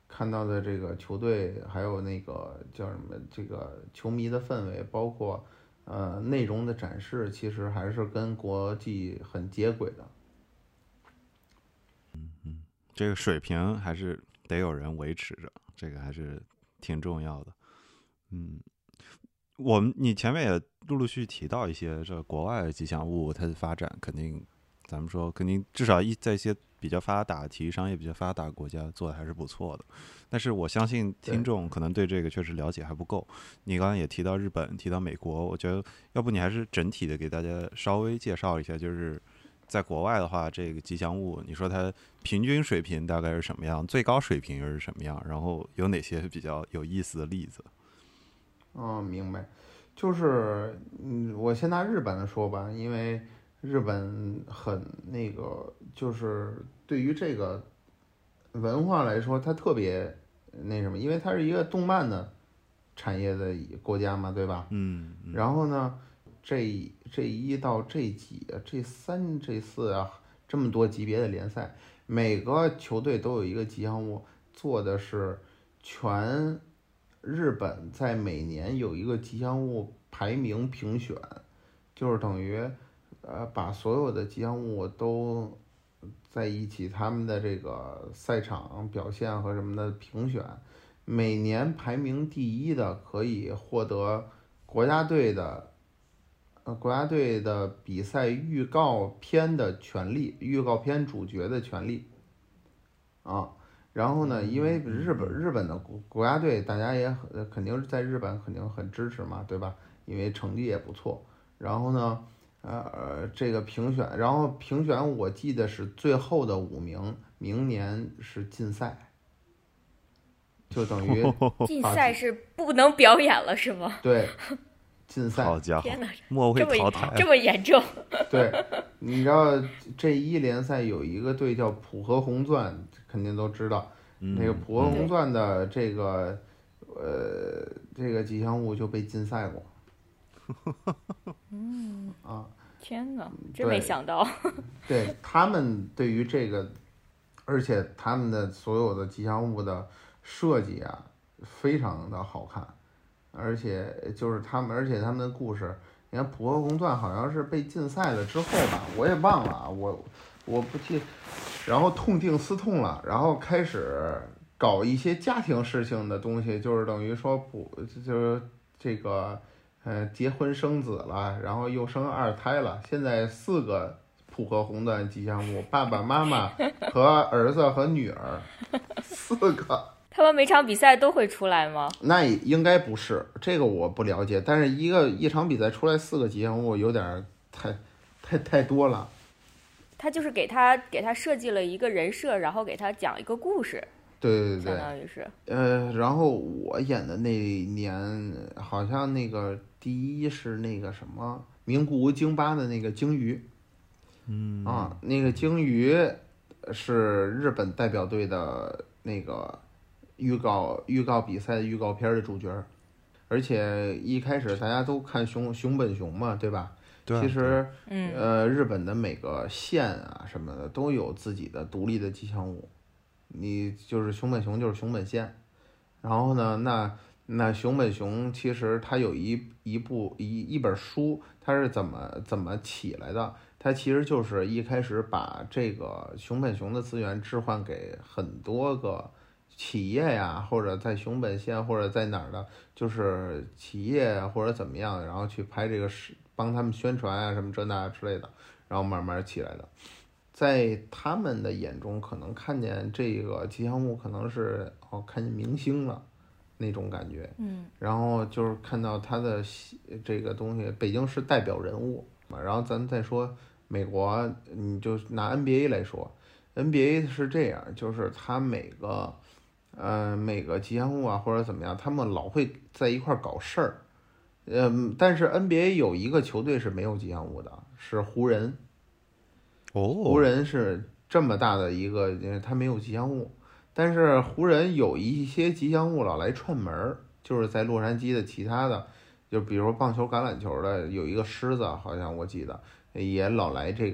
看到的这个球队，还有那个叫什么这个球迷的氛围，包括呃内容的展示，其实还是跟国际很接轨的。 嗯嗯，这个水平还是得有人维持着，这个还是挺重要的。嗯，我们你前面也陆陆续续提到一些这国外的吉祥物，它的发展肯定，咱们说肯定至少一在一些比较发达、体育商业比较发达的国家做的还是不错的。但是我相信听众可能对这个确实了解还不够。你刚刚也提到日本，提到美国，我觉得要不你还是整体的给大家稍微介绍一下，就是在国外的话，这个吉祥物，你说它平均水平大概是什么样，最高水平又是什么样，然后有哪些比较有意思的例子？ 哦，明白，就是嗯，我先拿日本的说吧，因为日本很那个，就是对于这个文化来说，它特别那什么，因为它是一个动漫的产业的国家嘛，对吧？ 嗯，嗯然后呢，这这一到这几这三这四啊，这么多级别的联赛，每个球队都有一个吉祥物，做的是全日本在每年有一个吉祥物排名评选，就是等于呃把所有的吉祥物都在一起，他们的这个赛场表现和什么的评选，每年排名第一的可以获得国家队的呃国家队的比赛预告片的权利，预告片主角的权利啊。然后呢，因为日本日本的国国家队，大家也很肯定是在日本肯定很支持嘛，对吧？因为成绩也不错。然后呢，呃，这个评选，然后评选我记得是最后的五名，明年是禁赛，就等于禁赛是不能表演了是吗？ 对，禁赛。 好家伙， 天哪， 末位淘汰， 这么严重？ 对，你知道这一联赛有一个队叫浦和红钻，肯定都知道。 嗯、 那个浦和红钻的这个、嗯、呃这个吉祥物就被禁赛过。 嗯啊， 天哪，真没想到。 对，对他们对于这个，而且他们的所有的吉祥物的设计啊，非常的好看，而且就是他们，而且他们的故事，你看浦和红钻好像是被禁赛了之后吧，我也忘了啊，我我不记，然后痛定思痛了，然后开始搞一些家庭事情的东西，就是等于说不就是这个。呃，结婚生子了，然后又生二胎了，现在四个浦和红钻吉祥物，爸爸妈妈和儿子和女儿，四个。 他们每场比赛都会出来吗？ 那应该不是，这个我不了解。但是一个一场比赛出来四个吉祥物，有点太太太多了。 他就是给他给他设计了一个人设，然后给他讲一个故事。 对对对， 相当于是。 呃，然后我演的那年，好像那个第一是那个什么名古屋京巴的那个鲸鱼， 嗯啊，那个鲸鱼是日本代表队的那个预告预告比赛的预告片的主角，而且一开始大家都看熊熊本熊嘛，对吧？ 对， 其实， 嗯， 呃，日本的每个县啊什么的都有自己的独立的吉祥物。你就是熊本熊就是熊本县，然后呢，那那熊本熊其实它有一一部一一本书，它是怎么怎么起来的？它其实就是一开始把这个熊本熊的资源置换给很多个企业呀，或者在熊本县或者在哪儿的，就是企业或者怎么样，然后去拍这个是帮他们宣传啊什么这那之类的，然后慢慢起来的。在他们的眼中，可能看见这个吉祥物，可能是哦，看见明星了那种感觉。 嗯， 然后就是看到他的这个东西，北京市代表人物嘛。然后咱再说美国，你就拿 N B A 来说 ，N B A 是这样，就是他每个呃每个吉祥物啊或者怎么样，他们老会在一块搞事儿。嗯，但是 N B A 有一个球队是没有吉祥物的，是湖人。 哦， 湖人是这么大的一个，他没有吉祥物，但是湖人有一些吉祥物老来串门，就是在洛杉矶的其他的，就比如棒球、橄榄球的有一个狮子，好像我记得也老来这个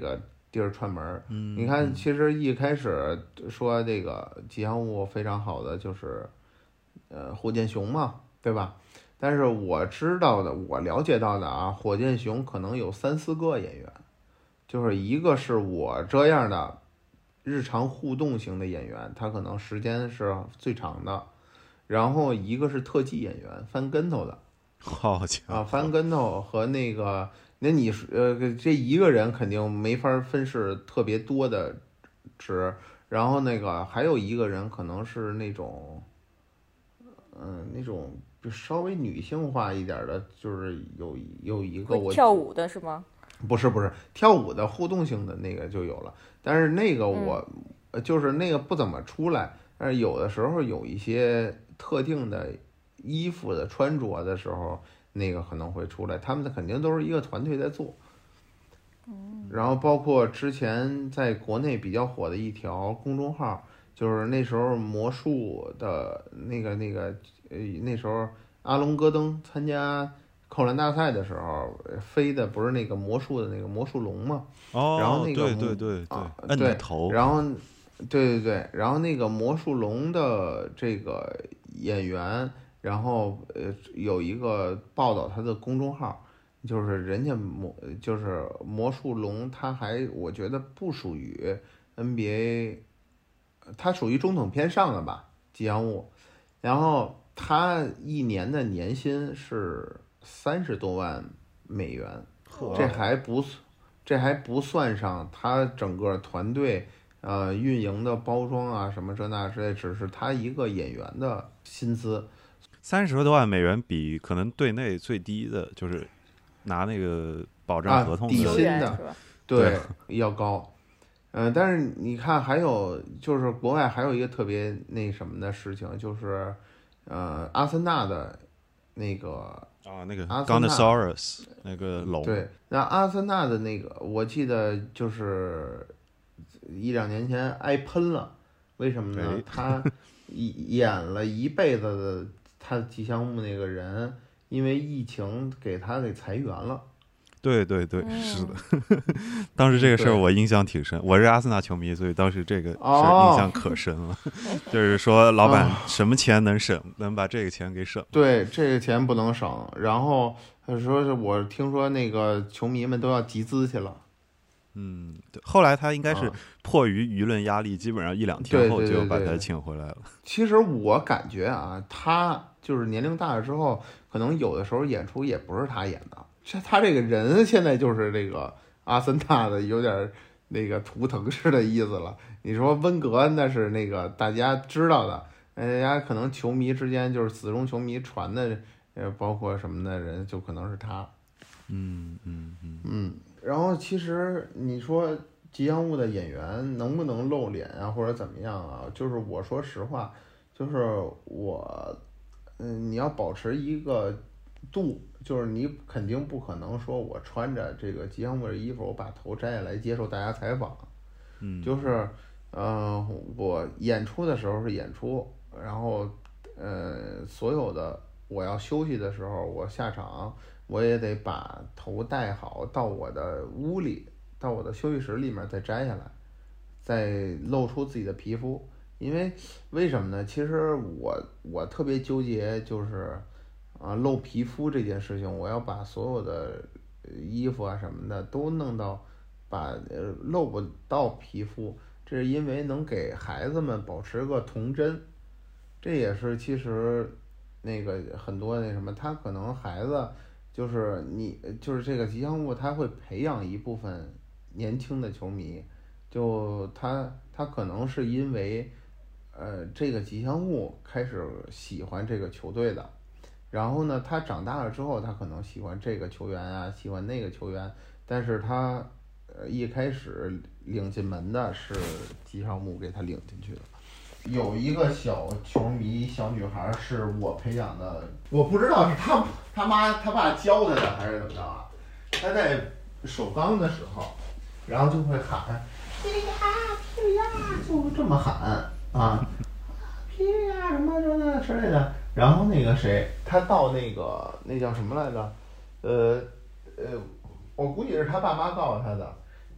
地儿串门。 嗯， 你看，其实一开始说这个吉祥物非常好的就是呃火箭熊嘛，对吧？但是我知道的，我了解到的啊，火箭熊可能有三四个演员，就是一个是我这样的日常互动型的演员，他可能时间是最长的，然后一个是特技演员翻跟头的， 好家伙啊，翻跟头和那个，那你呃这一个人肯定没法分饰特别多的职，然后那个还有一个人可能是那种，嗯、呃，那种稍微女性化一点的，就是有有一个我跳舞的是吗？ 不是不是跳舞的互动性的那个就有了，但是那个我、嗯、就是那个不怎么出来，但是有的时候有一些特定的衣服的穿着的时候，那个可能会出来，他们肯定都是一个团队在做。 嗯， 然后包括之前在国内比较火的一条公众号，就是那时候魔术的那个那个呃那时候阿隆戈登参加扣篮大赛的时候飞的不是那个魔术的那个魔术龙嘛？ 哦， 然后那个对对对对， 啊、 摁的头， 然后对对对，然后那个魔术龙的这个演员，然后呃有一个报道他的公众号，就是人家魔就是魔术龙，他还我觉得不属于 N B A， 他属于中等偏上的吧，吉祥物，然后他一年的年薪是三十多万美元，这还不这还不算上他整个团队呃运营的包装啊什么这那之类，只是他一个演员的薪资。 三十多万美元比可能队内最低的就是拿那个保障合同的、 啊、底薪的， 对， 对要高。嗯、呃，但是你看，还有就是国外还有一个特别那什么的事情，就是呃阿森纳的那个啊那个 Gunnosaurus 那个龙， 对，那阿森纳的那个我记得就是一两年前挨喷了，为什么呢？ 哎、 他演了一辈子的他吉祥物那个人，因为疫情给他给裁员了。 对对对， 嗯、 是的。当时这个事儿我印象挺深，我是阿森纳球迷，所以当时这个事儿印象可深了。哦、就是说，老板什么钱能省，哦、能把这个钱给省。 对，这个钱不能省。然后他说是我听说那个球迷们都要集资去了。 嗯，对。后来他应该是迫于舆论压力，基本上一两天后就把他请回来了。 对对对对，其实我感觉啊，他就是年龄大了之后，可能有的时候演出也不是他演的。他这个人现在就是这个阿森纳的有点那个图腾式的意思了。你说温格那是那个大家知道的，大家可能球迷之间就是死忠球迷传的，呃，包括什么的人就可能是他。 嗯嗯嗯嗯。然后其实你说吉祥物的演员能不能露脸啊，或者怎么样啊？就是我说实话，就是我，嗯，你要保持一个度。就是你肯定不可能说我穿着这个吉祥物的衣服，我把头摘下来接受大家采访。 嗯， 就是，呃，我演出的时候是演出，然后，呃，所有的我要休息的时候，我下场我也得把头戴好，到我的屋里，到我的休息室里面再摘下来，再露出自己的皮肤。因为为什么呢？其实我我特别纠结，就是。啊，露皮肤这件事情，我要把所有的衣服啊什么的都弄到，把呃露不到皮肤，这是因为能给孩子们保持个童真，这也是其实那个很多那什么，他可能孩子就是你就是这个吉祥物，他会培养一部分年轻的球迷，就他他可能是因为呃这个吉祥物开始喜欢这个球队的。然后呢，他长大了之后，他可能喜欢这个球员啊，喜欢那个球员，但是他呃一开始领进门的是吉祥物给他领进去的。有一个小球迷小女孩是我培养的，我不知道是他他妈他爸教他的还是怎么着啊？他在守钢的时候，然后就会喊皮皮呀皮皮呀，就这么喊啊，皮皮呀什么什么之类的。然后那个谁，他到那个那叫什么来着？呃呃，我估计是他爸妈告诉他的。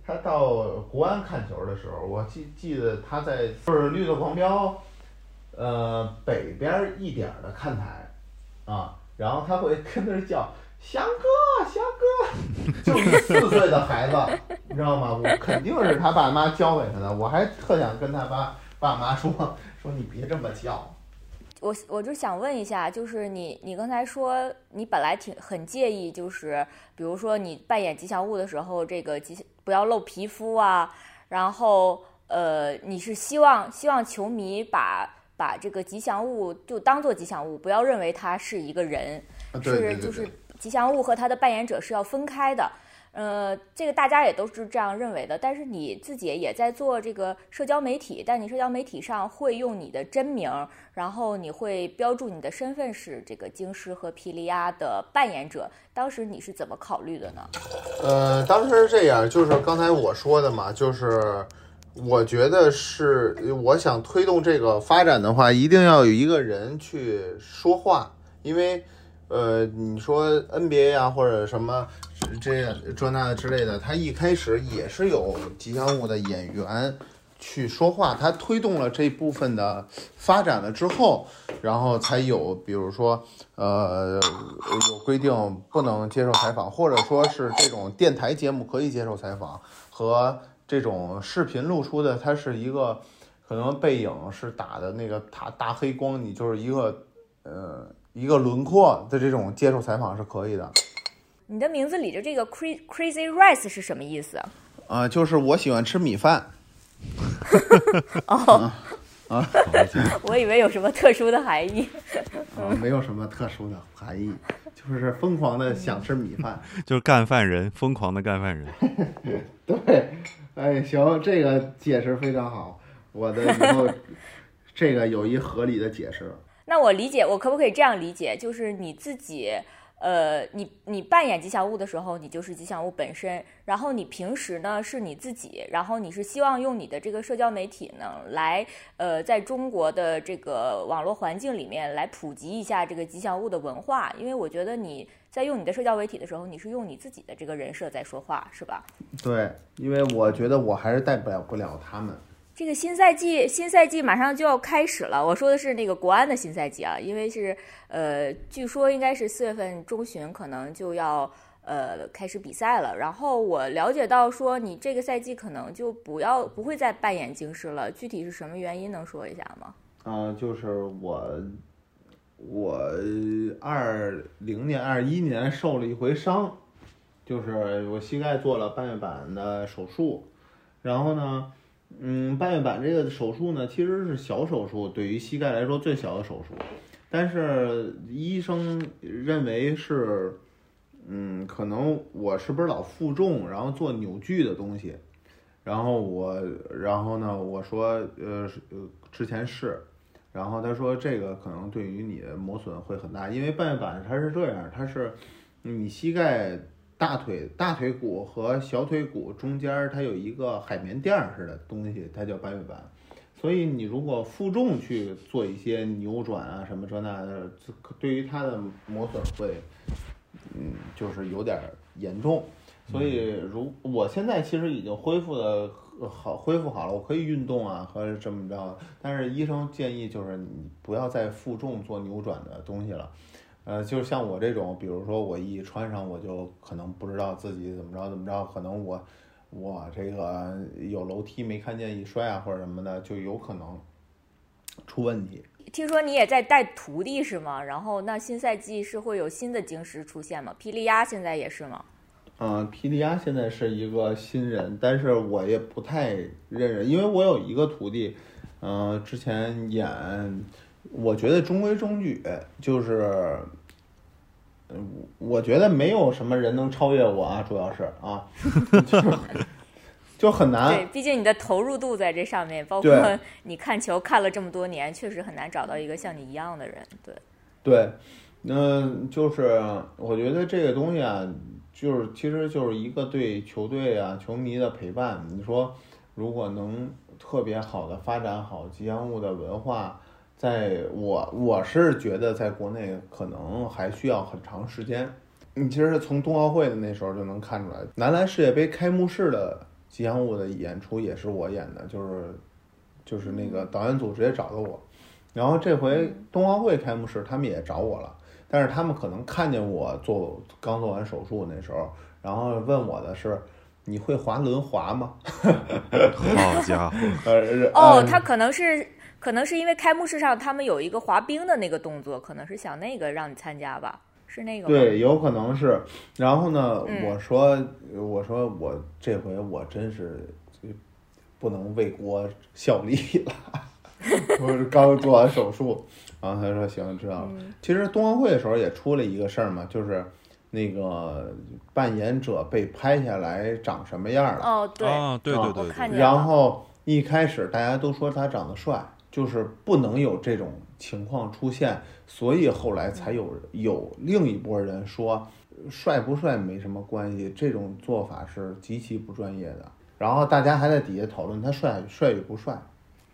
他到国安看球的时候，我记记得他在就是绿色狂飙，呃北边一点的看台，啊，然后他会跟那儿叫翔哥翔哥，就是四岁的孩子，你知道吗？我肯定是他爸妈教给他的，我还特想跟他爸爸妈说说你别这么叫。 我我就想问一下，就是你你刚才说你本来挺很介意，就是比如说你扮演吉祥物的时候，这个吉不要露皮肤啊，然后呃你是希望希望球迷把把这个吉祥物就当做吉祥物，不要认为他是一个人， 啊、对对对对是就是吉祥物和他的扮演者是要分开的。呃，这个大家也都是这样认为的，但是你自己也在做这个社交媒体，但你社交媒体上会用你的真名，然后你会标注你的身份是这个京师和皮利亚的扮演者，当时你是怎么考虑的呢？ 呃，当时是这样，就是刚才我说的嘛，就是我觉得是我想推动这个发展的话，一定要有一个人去说话，因为呃，你说 N B A 啊或者什么这这那的之类的，他一开始也是有吉祥物的演员去说话，他推动了这部分的发展了之后，然后才有比如说呃有规定不能接受采访，或者说是这种电台节目可以接受采访，和这种视频露出的，它是一个可能背影是打的那个大大黑光，你就是一个呃一个轮廓的这种接受采访是可以的。 你的名字里的这个 Crazy Rice 是什么意思啊？ 啊、呃，就是我喜欢吃米饭。 哦， 啊，啊我以为有什么特殊的含义。 啊，没有什么特殊的含义，就是疯狂的想吃米饭， 就是干饭人，疯狂的干饭人。 对，哎，行，这个解释非常好，我的以后这个有一合理的解释。 那我理解，我可不可以这样理解，就是你自己？呃，你你扮演吉祥物的时候，你就是吉祥物本身，然后你平时呢是你自己，然后你是希望用你的这个社交媒体呢来呃，在中国的这个网络环境里面来普及一下这个吉祥物的文化，因为我觉得你在用你的社交媒体的时候，你是用你自己的这个人设在说话，是吧？ 对，因为我觉得我还是代表不了他们。 这个新赛季，新赛季马上就要开始了。我说的是那个国安的新赛季啊，因为是呃，据说应该是四月份中旬可能就要呃开始比赛了。然后我了解到说，你这个赛季可能就不要不会再扮演京师了，具体是什么原因能说一下吗？ 啊、呃，就是我我二零年、二一年受了一回伤，就是我膝盖做了半月板的手术，然后呢。嗯，半月板这个手术呢，其实是小手术，对于膝盖来说最小的手术，但是医生认为是，嗯，可能我是不是老负重，然后做扭矩的东西，然后我，然后呢，我说，呃，之前是，然后他说这个可能对于你的磨损会很大，因为半月板它是这样，它是你膝盖。大腿大腿骨和小腿骨中间它有一个海绵垫似的东西，它叫半月板，所以你如果负重去做一些扭转啊什么这那的，对于它的磨损会，嗯，就是有点严重。所以如我现在其实已经恢复的好，恢复好了，我可以运动啊和这么着，但是医生建议就是你不要再负重做扭转的东西了。呃，就像我这种，比如说我一穿上，我就可能不知道自己怎么着怎么着，可能我我这个有楼梯没看见一摔啊或者什么的，就有可能出问题。 听说你也在带徒弟是吗？然后那新赛季是会有新的京师出现吗？皮利亚现在也是吗？ 嗯、呃，皮利亚现在是一个新人，但是我也不太认人，因为我有一个徒弟，嗯、呃，之前演。我觉得中规中矩，就是，嗯，我觉得没有什么人能超越我啊，主要是啊，就, 就很难。 对，毕竟你的投入度在这上面，包括你看球看了这么多年，确实很难找到一个像你一样的人。对， 对，那就是我觉得这个东西啊，就是其实就是一个对球队啊、球迷的陪伴。你说，如果能特别好的发展好吉祥物的文化。在我我是觉得在国内可能还需要很长时间。你其实从冬奥会的那时候就能看出来，男篮世界杯开幕式的吉祥物的演出也是我演的，就是就是那个导演组直接找的我，然后这回冬奥会开幕式他们也找我了，但是他们可能看见我做刚做完手术那时候，然后问我的是你会滑轮滑吗？ 好家伙！ 呃哦，他可能是可能是因为开幕式上他们有一个滑冰的那个动作，可能是想那个让你参加吧。是那个吗？ 对，有可能是。然后呢， 嗯、 我说，我说我这回我真是不能为国效力了，我是刚做完手术。然后他说行，知道了。 嗯、 其实冬奥会的时候也出了一个事儿嘛，就是那个扮演者被拍下来长什么样了。 哦，对， 哦，对对对对。 然后一开始大家都说他长得帅。就是不能有这种情况出现，所以后来才有有另一波人说，帅不帅没什么关系，这种做法是极其不专业的。然后大家还在底下讨论他帅帅与不帅，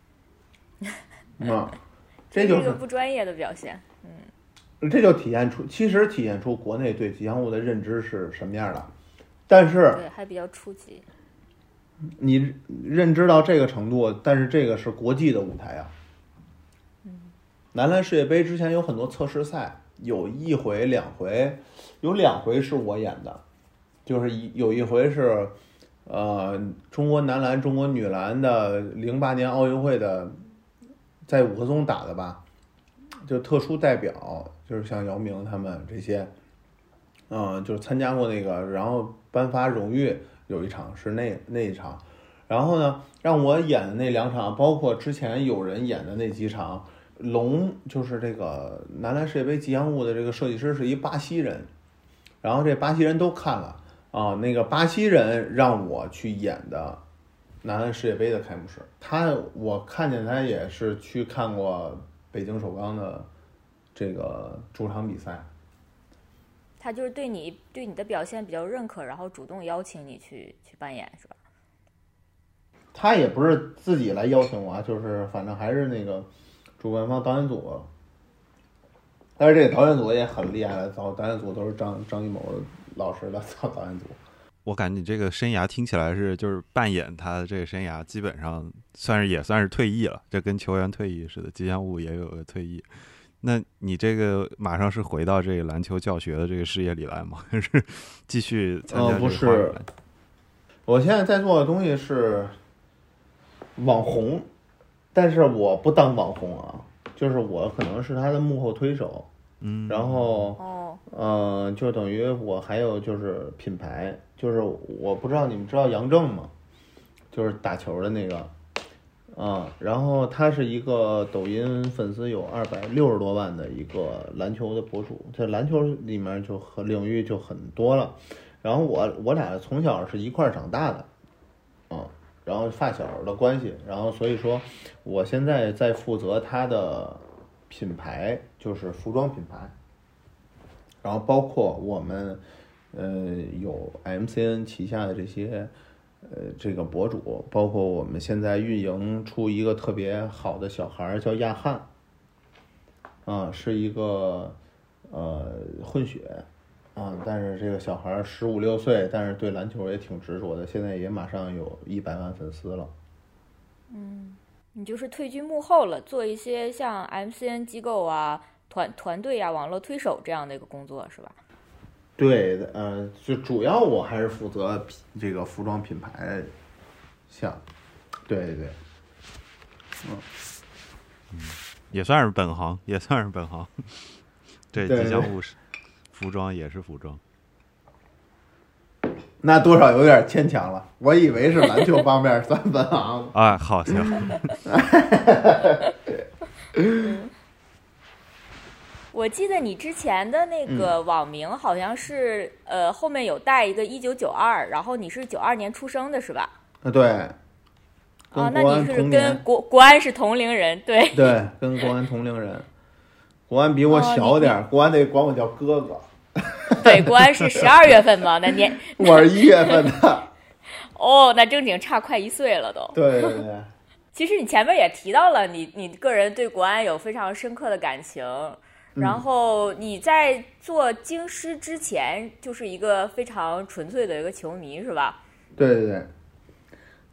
嗯，这就是个不专业的表现。 嗯，这就体现出，其实体现出国内对吉祥物的认知是什么样的，但是对还比较初级。 你认知到这个程度，但是这个是国际的舞台啊。 嗯， 男篮世界杯之前有很多测试赛，有一回两回，有两回是我演的，就是一有一回是，呃，中国男篮、中国女篮的零八年奥运会的，在五棵松打的吧，就特殊代表，就是像姚明他们这些，嗯、呃，就是参加过那个，然后颁发荣誉。有一场是那那一场，然后呢，让我演的那两场，包括之前有人演的那几场，龙就是这个男篮世界杯吉祥物的这个设计师是一巴西人，然后这巴西人都看了啊，那个巴西人让我去演的男篮世界杯的开幕式，他我看见他也是去看过北京首钢的这个主场比赛。 他就是对你对你的表现比较认可，然后主动邀请你去去扮演，是吧？ 他也不是自己来邀请我，就是反正还是那个主办方导演组，但是这个导演组也很厉害了，导导演组都是张张艺谋老师的导演组。 我感觉你这个生涯听起来是就是扮演他的这个生涯，基本上算是也算是退役了，这跟球员退役似的，吉祥物也有个退役。那你这个马上是回到这个篮球教学的这个事业里来吗？还是继续参加这个？ 呃，不是，我现在在做的东西是网红，但是我不当网红啊，就是我可能是他的幕后推手， 嗯， 然后， 哦， 呃，就等于我还有就是品牌，就是我不知道你们知道杨正吗？就是打球的那个。啊，然后他是一个抖音粉丝有二百六十多万的一个篮球的博主，在篮球里面就很领域就很多了。然后我我俩从小是一块儿长大的，嗯，然后发小的关系，然后所以说我现在在负责他的品牌，就是服装品牌，然后包括我们呃有 M C N 旗下的这些。呃，这个博主，包括我们现在运营出一个特别好的小孩叫亚汉，啊，是一个呃混血，啊，但是这个小孩十五六岁，但是对篮球也挺执着的，现在也马上有一百万粉丝了。 嗯，你就是退居幕后了，做一些像 M C N 机构啊、团团队啊、网络推手这样的一个工作，是吧？ 对的，呃，就主要我还是负责这个服装品牌项，对对对，嗯嗯，也算是本行，也算是本行。这吉祥物是服装，也是服装， 那多少有点牵强了。我以为是篮球方面算本行。 啊，好行。 我记得你之前的那个网名好像是、嗯、呃后面有带一个一九九二，然后你是九二年出生的是吧？ 啊，对。 啊，那你是跟国国安是同龄人，对。 对，跟国安同龄人。国安比我小点、哦、国安得管我叫哥哥。 对，国安是十二月份嘛，那年我是一月份的。 哦，那正经差快一岁了都。 对对对。 其实你前面也提到了你，你你个人对国安有非常深刻的感情。然后你在做京师之前就是一个非常纯粹的一个球迷是吧？ 对对对，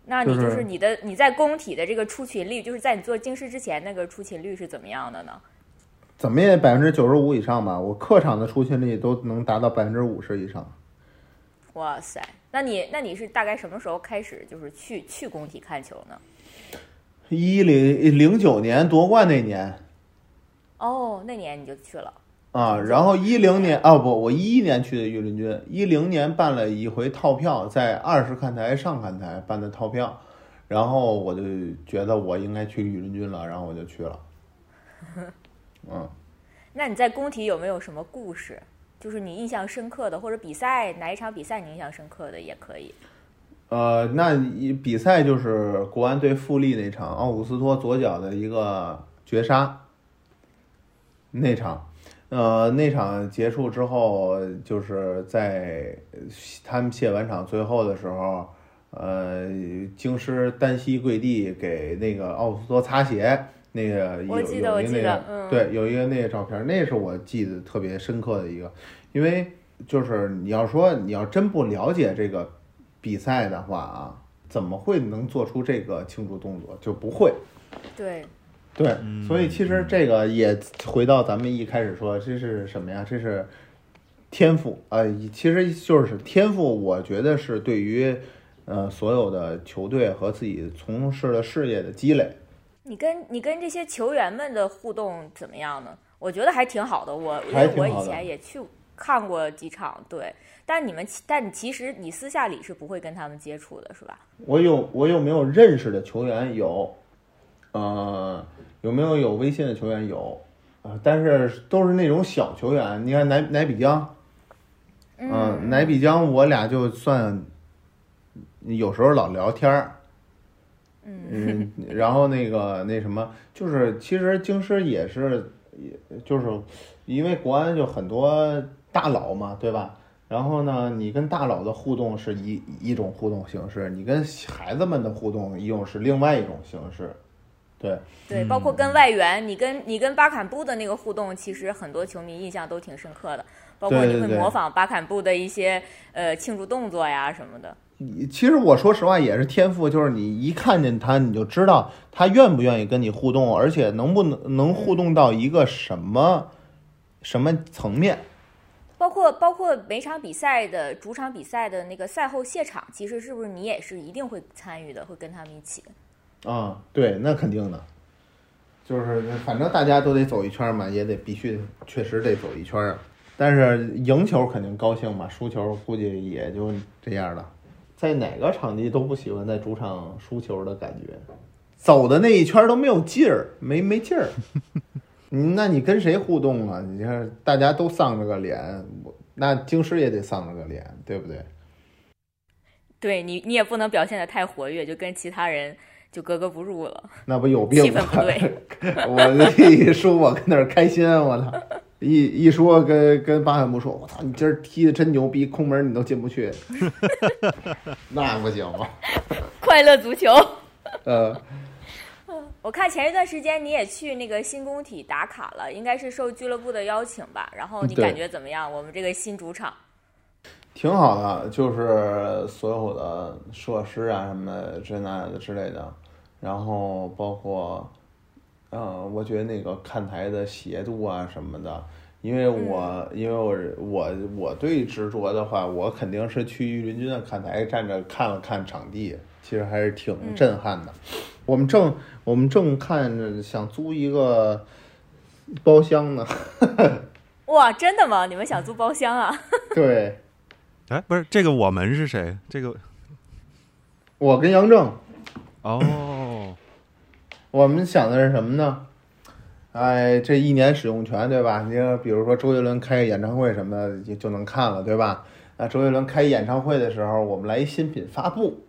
那你就是你的、就是、你在工体的这个出勤率，就是在你做京师之前那个出勤率是怎么样的呢？ 怎么也百分之九十五以上吧，我客场的出勤率都能达到百分之五十以上。 哇塞，那你那你是大概什么时候开始就是去去工体看球呢？ 一零零九年夺冠那年。 哦，那年你就去了。 啊，然后一零年啊不，我一一年去的御林军，一零年办了一回套票，在二十看台上看台办的套票，然后我就觉得我应该去御林军了，然后我就去了。嗯， 那你在工体有没有什么故事？就是你印象深刻的，或者比赛哪一场比赛你印象深刻的也可以。 呃，那比赛就是国安对富力那场，奥古斯托左脚的一个绝杀，那场。呃，那场结束之后，就是在他们卸完场最后的时候，呃，京师单膝跪地给那个奥古斯托擦鞋，那个有我记得有一个那个、 嗯、 对，有一个那个照片，那是我记得特别深刻的一个，因为就是你要说你要真不了解这个比赛的话啊，怎么会能做出这个庆祝动作？就不会。 对。 对，所以其实这个也回到咱们一开始说，这是什么呀？这是天赋啊、呃，其实就是天赋。我觉得是对于呃所有的球队和自己从事的事业的积累。 你跟你跟这些球员们的互动怎么样呢？我觉得还挺好的。我因为我以前也去看过几场，对。但你们但你其实你私下里是不会跟他们接触的，是吧？ 我有我有没有认识的球员有，呃。有没有有微信的球员有，呃，但是都是那种小球员。你看乃乃比江，嗯、呃，乃比江，我俩就算有时候老聊天儿，嗯，然后那个那什么，就是其实京师也是，也就是因为国安就很多大佬嘛，对吧？然后呢，你跟大佬的互动是一一种互动形式，你跟孩子们的互动一种是另外一种形式。对对，包括跟外援，嗯、你跟你跟巴坎布的那个互动，其实很多球迷印象都挺深刻的。包括你会模仿巴坎布的一些呃庆祝动作呀什么的。 其实我说实话也是天赋，就是你一看见他，你就知道他愿不愿意跟你互动，而且能不能能互动到一个什么、嗯、什么层面。 包括包括每场比赛的主场比赛的那个赛后谢场，其实是不是你也是一定会参与的，会跟他们一起？ 啊、嗯，对，那肯定的，就是反正大家都得走一圈嘛，也得必须确实得走一圈啊。但是赢球肯定高兴嘛，输球估计也就这样了。在哪个场地都不喜欢在主场输球的感觉，走的那一圈都没有劲儿，没没劲儿。那你跟谁互动啊？你看大家都丧着个脸，那京师也得丧着个脸，对不对？ 对你，你也不能表现得太活跃，就跟其他人就格格不入了。 那不有病吗？ 气氛不对。 我一输，我跟那儿开心，我操！一一说跟跟巴坎布说，我操，你今儿踢的真牛逼，空门你都进不去，那不行吗？ 快乐足球。 呃， 我看前一段时间你也去那个新工体打卡了，应该是受俱乐部的邀请吧？然后你感觉怎么样？我们这个新主场挺好的，就是所有的设施啊什么的这那的之类的，然后包括。嗯，我觉得那个看台的斜度啊什么的，因为我、嗯、因为我我我对执着的话，我肯定是去御林军的看台站着看了看场地，其实还是挺震撼的。嗯、我们正我们正看着想租一个包厢呢。 哇，真的吗？你们想租包厢啊？ 对。 哎，不是这个我们是谁？这个我跟杨正。 哦。 我们想的是什么呢？哎，这一年使用权，对吧？你比如说周杰伦开个演唱会什么的，就就能看了，对吧？那周杰伦开演唱会的时候，我们来一新品发布。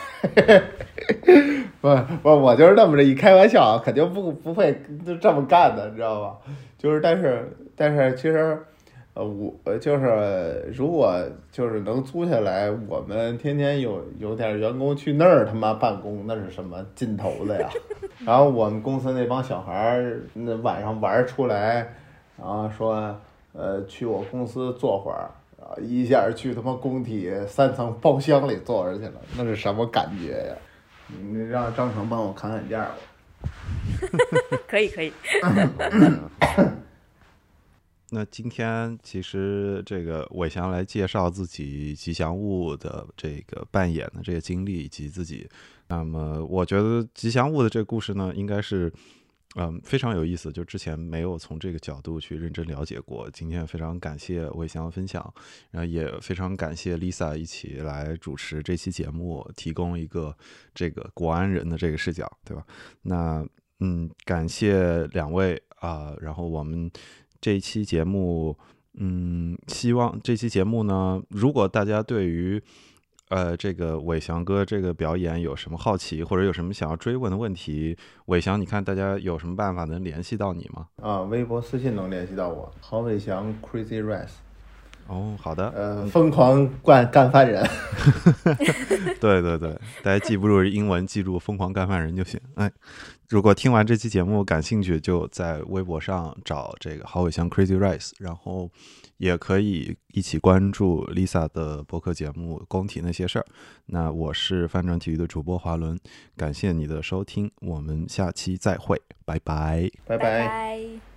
不不，我就是这么着一开玩笑，肯定不不会就这么干的，你知道吧？就是，但是但是其实。呃，我就是如果就是能租下来，我们天天有有点员工去那儿他妈办公，那是什么劲头子呀？然后我们公司那帮小孩儿，那晚上玩出来，然后说，呃，去我公司坐会儿，啊，一下去他妈工体三层包厢里坐着去了，那是什么感觉呀？ 你让张成帮我砍砍价吧。 可以可以。 那今天其实这个伟翔来介绍自己吉祥物的这个扮演的这个经历以及自己，那么我觉得吉祥物的这个故事呢，应该是嗯非常有意思，就之前没有从这个角度去认真了解过。今天非常感谢伟翔的分享，然后也非常感谢 Lisa 一起来主持这期节目，提供一个这个国安人的这个视角，对吧？那嗯，感谢两位啊、呃，然后我们这一期节目，嗯，希望这期节目呢，如果大家对于呃这个伟翔哥这个表演有什么好奇，或者有什么想要追问的问题，伟翔，你看大家有什么办法能联系到你吗？ 啊，微博私信能联系到我，郝伟翔 Crazy Rice。 哦，好的， 呃，疯狂干干饭人。 对对对，大家记不住英文，记住疯狂干饭人就行。哎，如果听完这期节目感兴趣，就在微博上找这个郝伟翔 Crazy Rice， 然后也可以一起关注 Lisa 的播客节目《工体那些事儿》。那我是翻转体育的主播华伦，感谢你的收听，我们下期再会，拜拜， 拜拜拜。